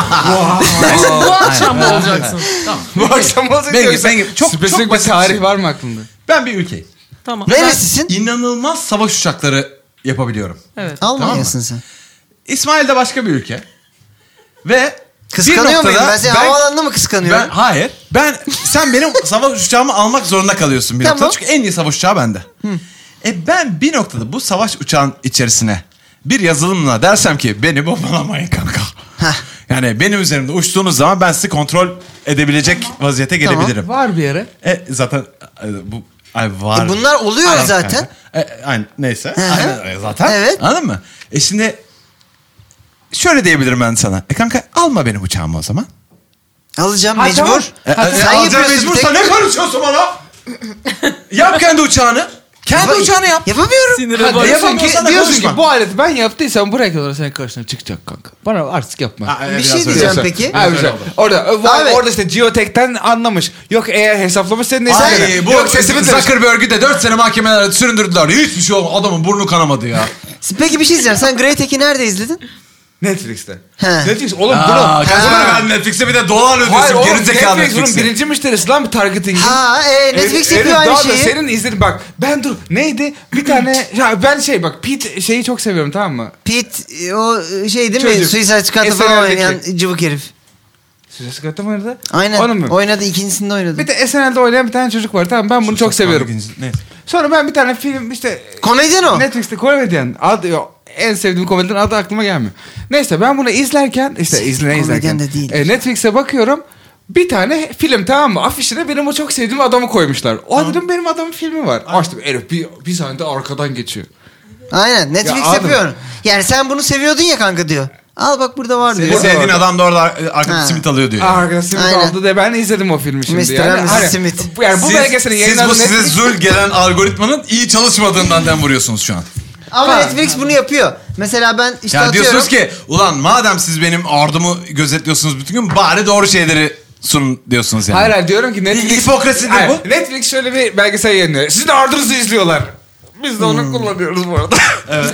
Bu akşam mı olacaksın? Tamam. Bu akşam olacak Ben- yoksa ben- çok- spesifik çok bir basit bir tarih şey. var mı aklında? Ben bir ülkeyim. Tamam. Neresisin? İnanılmaz savaş uçakları yapabiliyorum. Evet. Almanya'sın sen. İsmail de başka bir ülke. Ve Kıskanıyor bir muyum? noktada Ben seni havalanında mı kıskanıyorum? Ben hayır. Ben sen benim savaş uçağımı almak zorunda kalıyorsun bir Tamam. noktada. Çünkü en iyi savaş uçağı bende. E ben bir noktada bu savaş uçağın içerisine bir yazılımla dersem ki beni bombalamayın kanka. Heh. Yani benim üzerimde uçtuğunuz zaman ben sizi kontrol edebilecek vaziyete Tamam. gelebilirim. Var bir yere. E zaten e, bu ay var. E bunlar oluyor Aynen, zaten. aynen. E, aynen, neyse. Hı hı. Aynen, e, zaten. Evet. Anladın mı? E şimdi şöyle diyebilirim ben sana. E kanka alma benim uçağımı o zaman. Alacağım Ha, mecbur. tamam. E, Ha, e, sen alacağım yapıyorsun mecbursa tek- ne konuşuyorsun bana? Yap kendi uçağını. Kendi Yapa- uçağını yap. Yapamıyorum. Sinire Ha, bak. diyorsun ki, yapamıyorsan da diyorsun konuşma. ki bu aleti ben yaptıysam bu reklamlar senin karşına çıkacak kanka. Bana artık yapma. Ha, e, Bir biraz şey öyle. diyeceğim Biraz peki. Ha, öyle güzel. oldu. Orada, Abi. orada işte Geotek'ten anlamış. Yok eğer hesaplamış senin neyse. Ay bu Yok sesimi de Zuckerberg'ü de dört sene mahkemelerde süründürdüler. Hiçbir şey olmadı. Adamın burnu kanamadı ya. Peki bir şey diyeceğim. Sen Great Hack'i nerede izledin? Netflix'te. He. Netflix oğlum Aa, bunu. kaç Ha. para verdin Netflix'e bir de dolar Hayır ödüyorsun. oğlum Gerizekalı Netflix bunun Netflix'e. birinci müşterisi lan bu targeting'in. Ha, e, Netflix Herif- yapıyor herif aynı daha da şeyi. Senin izledin bak. Ben dur neydi? Bir tane ya ben şey bak Pete şeyi çok seviyorum tamam mı? Pete e, o şey değil mi? Çocuk. Suicide Squad'da falan Esenler'deki. oynayan cıvık herif. Suicide Squad'da mı oynadı? Aynen. Onun mu? Oynadı. ikincisinde oynadı. Bir de S N L'de oynayan bir tane çocuk var tamam ben bunu çok seviyorum. Neyse. Sonra ben bir tane film işte Komedyen o. Netflix'te komedyen adı yok. En sevdiğim komedyenin adı aklıma gelmiyor. Neyse ben bunu izlerken işte izle Komedyen izlerken de değil. e, Netflix'e bakıyorum. Bir tane film tamam mı? Afişine benim o çok sevdiğim adamı koymuşlar. O dedim benim adamın filmi var. Açtım herif bir, bir sahnede arkadan geçiyor. Aynen. Netflix Ya, yapıyor adam- onu. Yani sen bunu seviyordun ya kanka diyor. Al bak burada var Senin diyor. sevdiğin orada. adam da orada arkada Ha. simit alıyor diyor. Aa, arkadaş Smith Aynen. aldı de ben izledim o filmi şimdi. mister yani. and missus Hani, Smith. Yani bu siz, belgeselin siz yayınlandığı bu size Netflix- zul gelen algoritmanın iyi çalışmadığından dem vuruyorsunuz şu an. Ama Ha. Netflix bunu yapıyor. Mesela ben işte Ya atıyorum. diyorsunuz ki ulan madem siz benim ardumu gözetliyorsunuz bütün gün bari doğru şeyleri sunun diyorsunuz yani. Hayır hayır diyorum ki Netflix... Hipokrasidir Hayır, bu. Netflix şöyle bir belgesel yayınlıyor. Sizin ardınızı izliyorlar. Biz de onu Hmm. kullanıyoruz bu arada. Evet.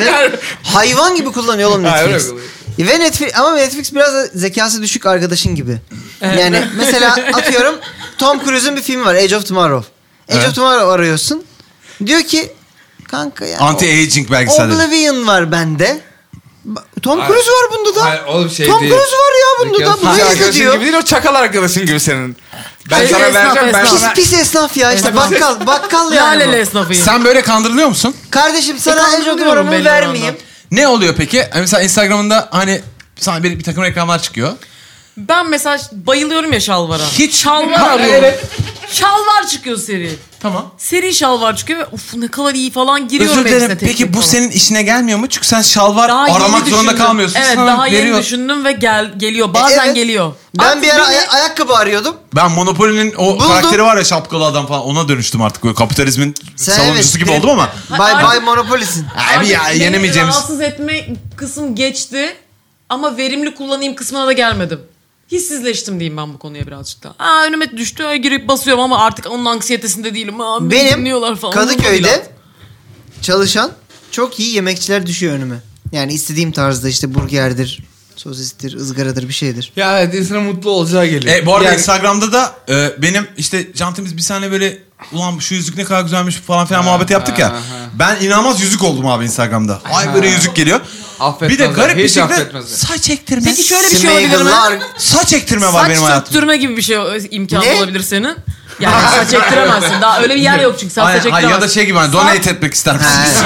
Hayvan gibi kullanıyor oğlum Ha, öyle Netflix. kullanıyor. Ve Netflix ama Netflix biraz da zekası düşük arkadaşın gibi. Yani mesela atıyorum Tom Cruise'un bir filmi var Age of Tomorrow. Age Evet. of Tomorrow arıyorsun. Diyor ki kanka ya Anti-aging belgeselleri. Oblivion var bende. Ba- Tom Cruise var bunda da. Hayır, oğlum şey Tom değil. Cruise var ya bunda da. Zekası Bunu düşük izle arkadaşın diyor. gibi değil o çakal arkadaşın gibi senin. Ben Hayır, sana esnaf, vereceğim ben esnaf. sana... Pis pis esnaf ya işte Esnaf. bakkal bakkal yani Laleli bu. esnafıyım. Sen böyle kandırılıyor musun? Kardeşim sana E, Age of kandırılıyorum Tomorrow'u belli vermeyeyim. oranda. Ne oluyor peki? Yani mesela Instagram'ında hani sana bir, bir takım reklamlar çıkıyor. Ben mesela bayılıyorum ya şalvara. Hiç- Şalvar Ha, arıyorum. Evet. Şalvar çıkıyor seri. Tamam. Seri şalvar çıkıyor ve uf ne kadar iyi falan giriyorum Özür dilerim. hepsine tek Peki tek bu falan. senin işine gelmiyor mu? Çünkü sen şalvar Daha yeni aramak zorunda düşündüm. kalmıyorsun. Evet Sana daha yeni veriyor. düşündüm ve gel geliyor. Bazen Evet. geliyor. Ben Artık bir ara beni- aya- ayakkabı arıyordum. Ben Monopoly'nin o Buldum. karakteri var ya, şapkalı adam falan, ona dönüştüm artık. Böyle kapitalizmin Sen savunucusu evet, gibi bir- oldum ama. Bay Artık- Bay Monopoly'sin. Abi ya Artık beni yenemeyeceğimiz. rahatsız etme kısım geçti. Ama verimli kullanayım kısmına da gelmedim. Hissizleştim diyeyim ben bu konuya birazcık daha. Aa önüme düştü ay, girip basıyorum ama artık onun anksiyetesinde değilim. Aa, beni Benim dinliyorlar falan. Kadıköy'de çalışan çok iyi yemekçiler düşüyor önüme. Yani istediğim tarzda işte burgerdir, sosistir, ızgaradır bir şeydir. Ya evet insana mutlu olacağı geliyor. E, bu arada Yani- Instagram'da da e, benim işte Cantemiz bir saniye böyle ulan şu yüzük ne kadar güzelmiş falan filan muhabbeti yaptık ya. aha. Ben inanılmaz yüzük oldum abi Instagram'da. Ay böyle yüzük geliyor. Bir de Affetmezler, garip bir hiç şekilde affetmezler. saç ektirme. Peki şöyle bir şey olabilir mi? Smeagol'lar- Saç ektirme var Saç benim hayatımda. söktürme gibi bir şey imkanı Ne? olabilir senin. Yani saç ektiremezsin. Daha öyle bir yer yok çünkü sen Aynen, saç ay, ektiremezsin. ya da şey gibi hani donate etmek ister misiniz?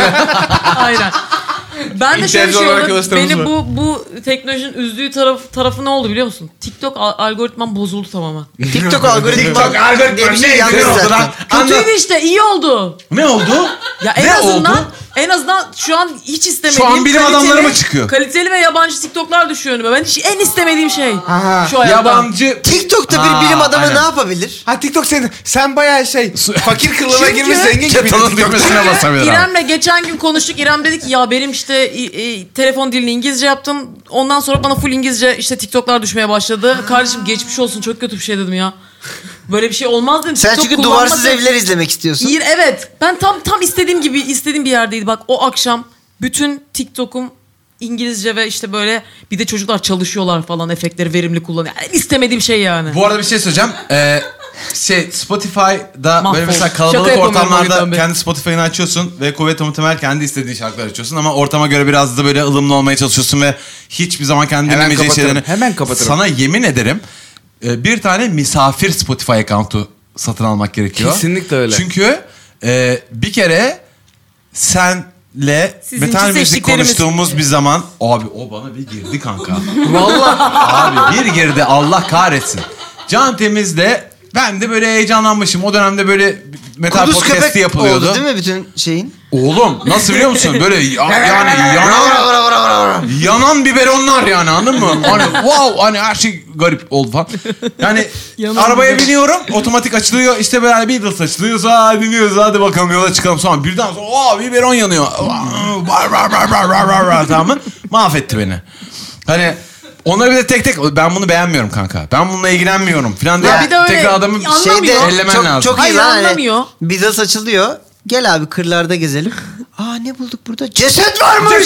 Aynen. Ben de şöyle bir İhtiyacı şey olan oldu. arkadaşlarımız Beni var. bu bu teknolojinin üzdüğü taraf tarafı ne oldu biliyor musun? TikTok al- algoritmam bozuldu tamamen. TikTok algoritma diye bir şey yanlış Anlat. zaten. Kötüydü işte, iyi oldu. Ne oldu? Ya en Ne azından oldu? en azından şu an hiç istemediğim Şu an bilim kaliteli- adamları mı çıkıyor? Kaliteli ve yabancı TikTok'lar düşüyor önüme. Ben hiç en istemediğim şey. Aha. Şu hayatta. Yabancı. TikTok'ta Ha, bir bilim adamı aynen. ne yapabilir? Ha TikTok senin. Sen bayağı şey fakir kılığına Çünkü- girmiş zengin gibi. Ketanın düğmesine basabilir abi. İrem'le geçen gün konuştuk. İrem dedi ki ya benim işte e, e, telefon dilini İngilizce yaptım. Ondan sonra bana full İngilizce işte TikTok'lar düşmeye başladı. Kardeşim geçmiş olsun, çok kötü bir şey dedim ya. Böyle bir şey olmaz dedim. Sen TikTok çünkü kullanmak- duvarsız evler izlemek istiyorsun. İyi, evet. Ben tam tam istediğim gibi istediğim bir yerdeydi. Bak o akşam bütün TikTok'um İngilizce ve işte böyle bir de çocuklar çalışıyorlar falan, efektleri verimli kullanıyor. Yani istemediğim şey yani. Bu arada bir şey söyleyeceğim. Ee, şey Spotify'da Mahvoldum. böyle mesela Şaka kalabalık yapamıyorum o ortamlarda yüzden ben. kendi Spotify'ını açıyorsun ve kuvvetle muhtemel kendi istediğin şarkılar açıyorsun ama ortama göre biraz da böyle ılımlı olmaya çalışıyorsun ve hiçbir zaman kendi Hemen dinlemeyeceğin kapatırım, şeylerini. hemen kapatırım. Sana yemin ederim e, bir tane misafir Spotify account'u satın almak gerekiyor. Kesinlikle öyle. Çünkü e, bir kere senle Sizinki metal müzik seçtiklerimiz- konuştuğumuz bir zaman abi o bana bir girdi kanka. Vallahi abi bir girdi, Allah kahretsin. Can Temiz'de ben de böyle heyecanlanmışım. O dönemde böyle metal Kuduz podcast'i köpek yapılıyordu. oldu değil mi bütün şeyin? Oğlum nasıl biliyor musun? Böyle ya- yani yanan, yanan biberonlar yani, anladın mı? Hani wow, hani her şey garip oldu falan. Yani Yanan arabaya biberon. biniyorum, otomatik açılıyor. İşte böyle Beatles açılıyor. Hadi dinliyoruz, hadi bakalım yola çıkalım. Sonra birden sonra wow, biberon yanıyor. Bar, bar, bar, bar, bar, bar, bar, tamam mı? Mahvetti beni. Hani onları bir de tek tek ben bunu beğenmiyorum kanka. Ben bununla ilgilenmiyorum falan diye. Ya bir de öyle tekrar adamı anlamıyor. Şeyde ellemen çok, lazım. çok iyi Hayır, lan hani anlamıyor. Beatles açılıyor. Gel abi kırlarda gezelim. Aa ne bulduk burada? Ceset varmış.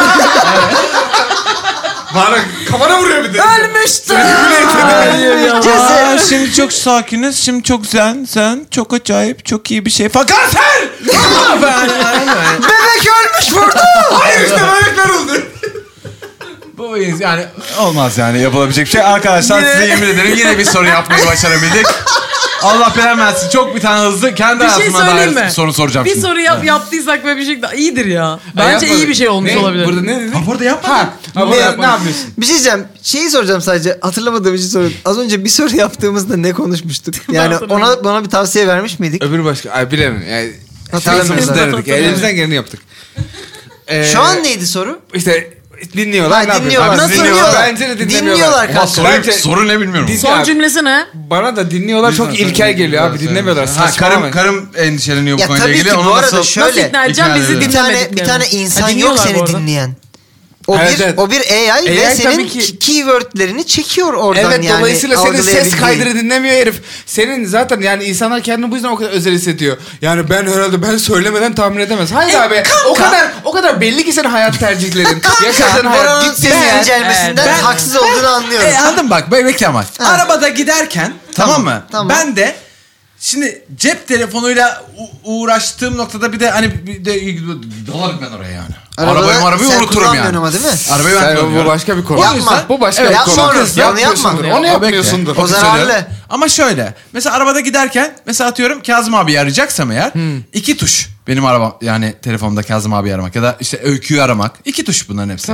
Bana kafana vuruyor bir de. Ölmüştü. Aa, şimdi çok sakiniz, şimdi çok zen, zen, çok acayip, çok iyi bir şey. Fakat sen! Aa, ben, ben, ben. Bebek ölmüş burada. Hayır işte bebekler oldu. Bu yani olmaz yani, yapılabilecek bir şey. Arkadaşlar size yemin ederim yine bir soru yapmayı başarabildik. Allah belanı versin. Çok bir tane hızlı kendi Bir şey hayatıma söyleyeyim dair mi? soru soracağım Bir şimdi. soru yap, yaptıysak böyle bir şey daha iyidir ya. Bence yapmadık. iyi bir şey olmuş Ne? olabilir. Burada ne dedin? Ha burada yapmadın. Ha, ha burada ne yapıyorsun? Bir şey diyeceğim. Şeyi soracağım sadece. Hatırlamadığım için soruyorum. Az önce bir soru yaptığımızda ne konuşmuştuk? Yani hatırlamıyorum. ona bana bir tavsiye vermiş miydik? Öbürü başka. Ay bilemem. Yani Hatırlamıyorum şansımızı zaten. denedik. Elimizden geleni yaptık. Ee, Şu an neydi soru? İşte dinliyorlar. Ha, ne yapıyorsun? dinliyorlar. Abi Nasıl dinliyorlar? dinliyorlar? Bence de dinlemiyorlar. Dinliyorlar Ama kanka. soru, Bence- soru ne bilmiyorum. Din- Son Ya- cümlesi ne? Bana da dinliyorlar çok ilkel geliyor abi. Dinlemiyorlar. Ha, karım, Saçmalamayın. karım endişeleniyor bu Ya konuyla tabii ilgili. ki Onu bu arada nasıl... şöyle. Nasıl ikna edeceğim İkna bizi edelim. Bir tane bir dinlemediklerini? tane Ha, insan yok dinliyorlar bu seni arada. dinleyen. O Evet, bir evet. o bir A I, A I ve tabii senin ki- ki- keywordlerini çekiyor oradan Evet yani. dolayısıyla senin ses algılayabildiği. kaydını dinlemiyor herif. Senin zaten yani insanlar kendini bu yüzden o kadar özel hissediyor. Yani ben herhalde ben söylemeden tahmin edemez. Hayır E, abi kanka. o kadar o kadar belli ki senin hayat tercihlerin. Yaşadığın hayat Boran'ın gitti sesin ya. incelmesinden Evet, ben- haksız olduğunu anlıyorum. E, anladın bak, be- bekle ama. Arabada giderken tamam, mı? tamam. Ben de şimdi cep telefonuyla u- uğraştığım noktada bir de hani bir de dalarım ben oraya yani. Arabada arabayı arabayı sen unuturum yani. kullanmıyorsun ama değil mi? Arabayı ben Sen- kullanıyorum. bu başka bir konu. O Yapma. yüzden- Bu başka Evet, bir yapma konu. onu, Kız, onu yapmıyorsundur. yapma. Onu Ya, yapmıyorsundur. bekle. O zararlı. Söylüyorum. Ama şöyle. Mesela arabada giderken mesela atıyorum Kazım abi arayacaksam eğer iki tuş benim arabam, yani telefonumda Kazım abi aramak ya da işte Öykü'yü aramak. İki tuş bunların hepsi. Tamam.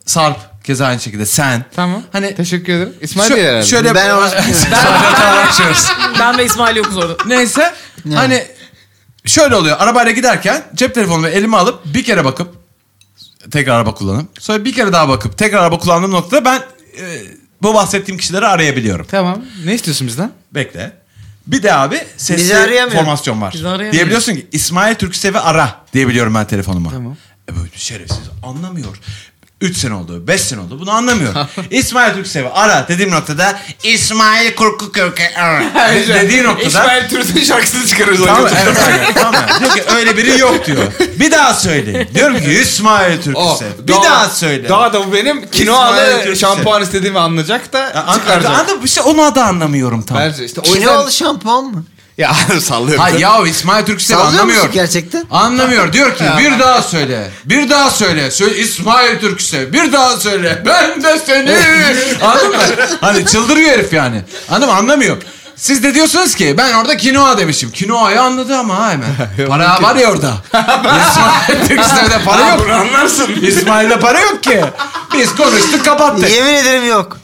Sarp keza aynı şekilde sen. Tamam. Hani Teşekkür ederim. İsmail Şö- değil herhalde. şöyle Ben orası- Ben ve İsmail yokuz orada. Neyse hani şöyle oluyor. Arabayla giderken cep telefonumu elime alıp bir kere bakıp tekrar araba kullanıp sonra bir kere daha bakıp tekrar araba kullandığım noktada ben e, bu bahsettiğim kişileri arayabiliyorum. Tamam. Ne istiyorsun bizden? Bekle. Bir de abi Bizi sesli arayamıyor. formasyon var. Bizi arayamıyor. Diyebiliyorsun ki İsmail Türksev'i ara diyebiliyorum ben telefonuma. Tamam. E böyle şerefsiz anlamıyor. Üç sene oldu, beş sene oldu bunu anlamıyor. İsmail Türksev'i ara dediğim noktada İsmail Kurku Köke ara. dediği noktada. İsmail Türk'ün şarkısını çıkarıyoruz. Tamam, evet, aynen, tamam. Diyor ki öyle biri yok diyor. Bir daha söyle. Diyorum ki İsmail Türksev. Bir daha söyle. Daha da bu benim kinoalı şampuan istediğimi anlayacak da An- çıkaracak. Anladım işte onu da anlamıyorum tam. Bence işte o yüzden... Kinoalı şampuan mı? Ya sallıyorum. Hayır ya İsmail Türksev Sallıyor anlamıyor. musun gerçekten? Anlamıyor. Diyor ki bir daha söyle. Bir daha söyle. Söyle İsmail Türksev. Bir daha söyle. Ben de seni. Anladın mı? Hani çıldırıyor herif yani. Anladın mı? Anlamıyor. Siz de diyorsunuz ki ben orada kinoa demişim. Kinoa'yı anladı ama ha hemen. Para var ya orada. İsmail Türksev'de para yok. Bunu anlarsın. İsmail'de para yok ki. Biz konuştuk kapattık. Yemin ederim yok.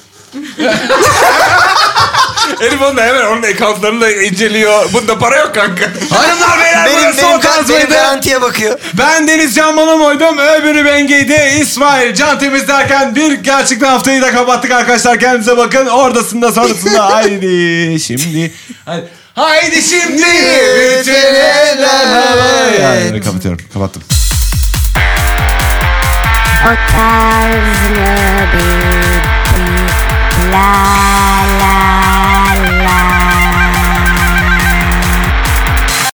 Herif onu da hemen onun accountlarını da inceliyor. Bunda para yok kanka. Hanımlar beyler Benim, burası benim, o tarz benim mıydı? garantiye bakıyor. Ben Deniz Can Manamoydum. Öbürü Bengi'ydi. İsmail Can temizlerken bir gerçekten haftayı da kapattık arkadaşlar. Kendinize bakın. Oradasında sonrasında haydi şimdi. Haydi, haydi şimdi. Bütün eller havaya. Yani kapatıyorum. Kapattım. O tarz mı bir plan?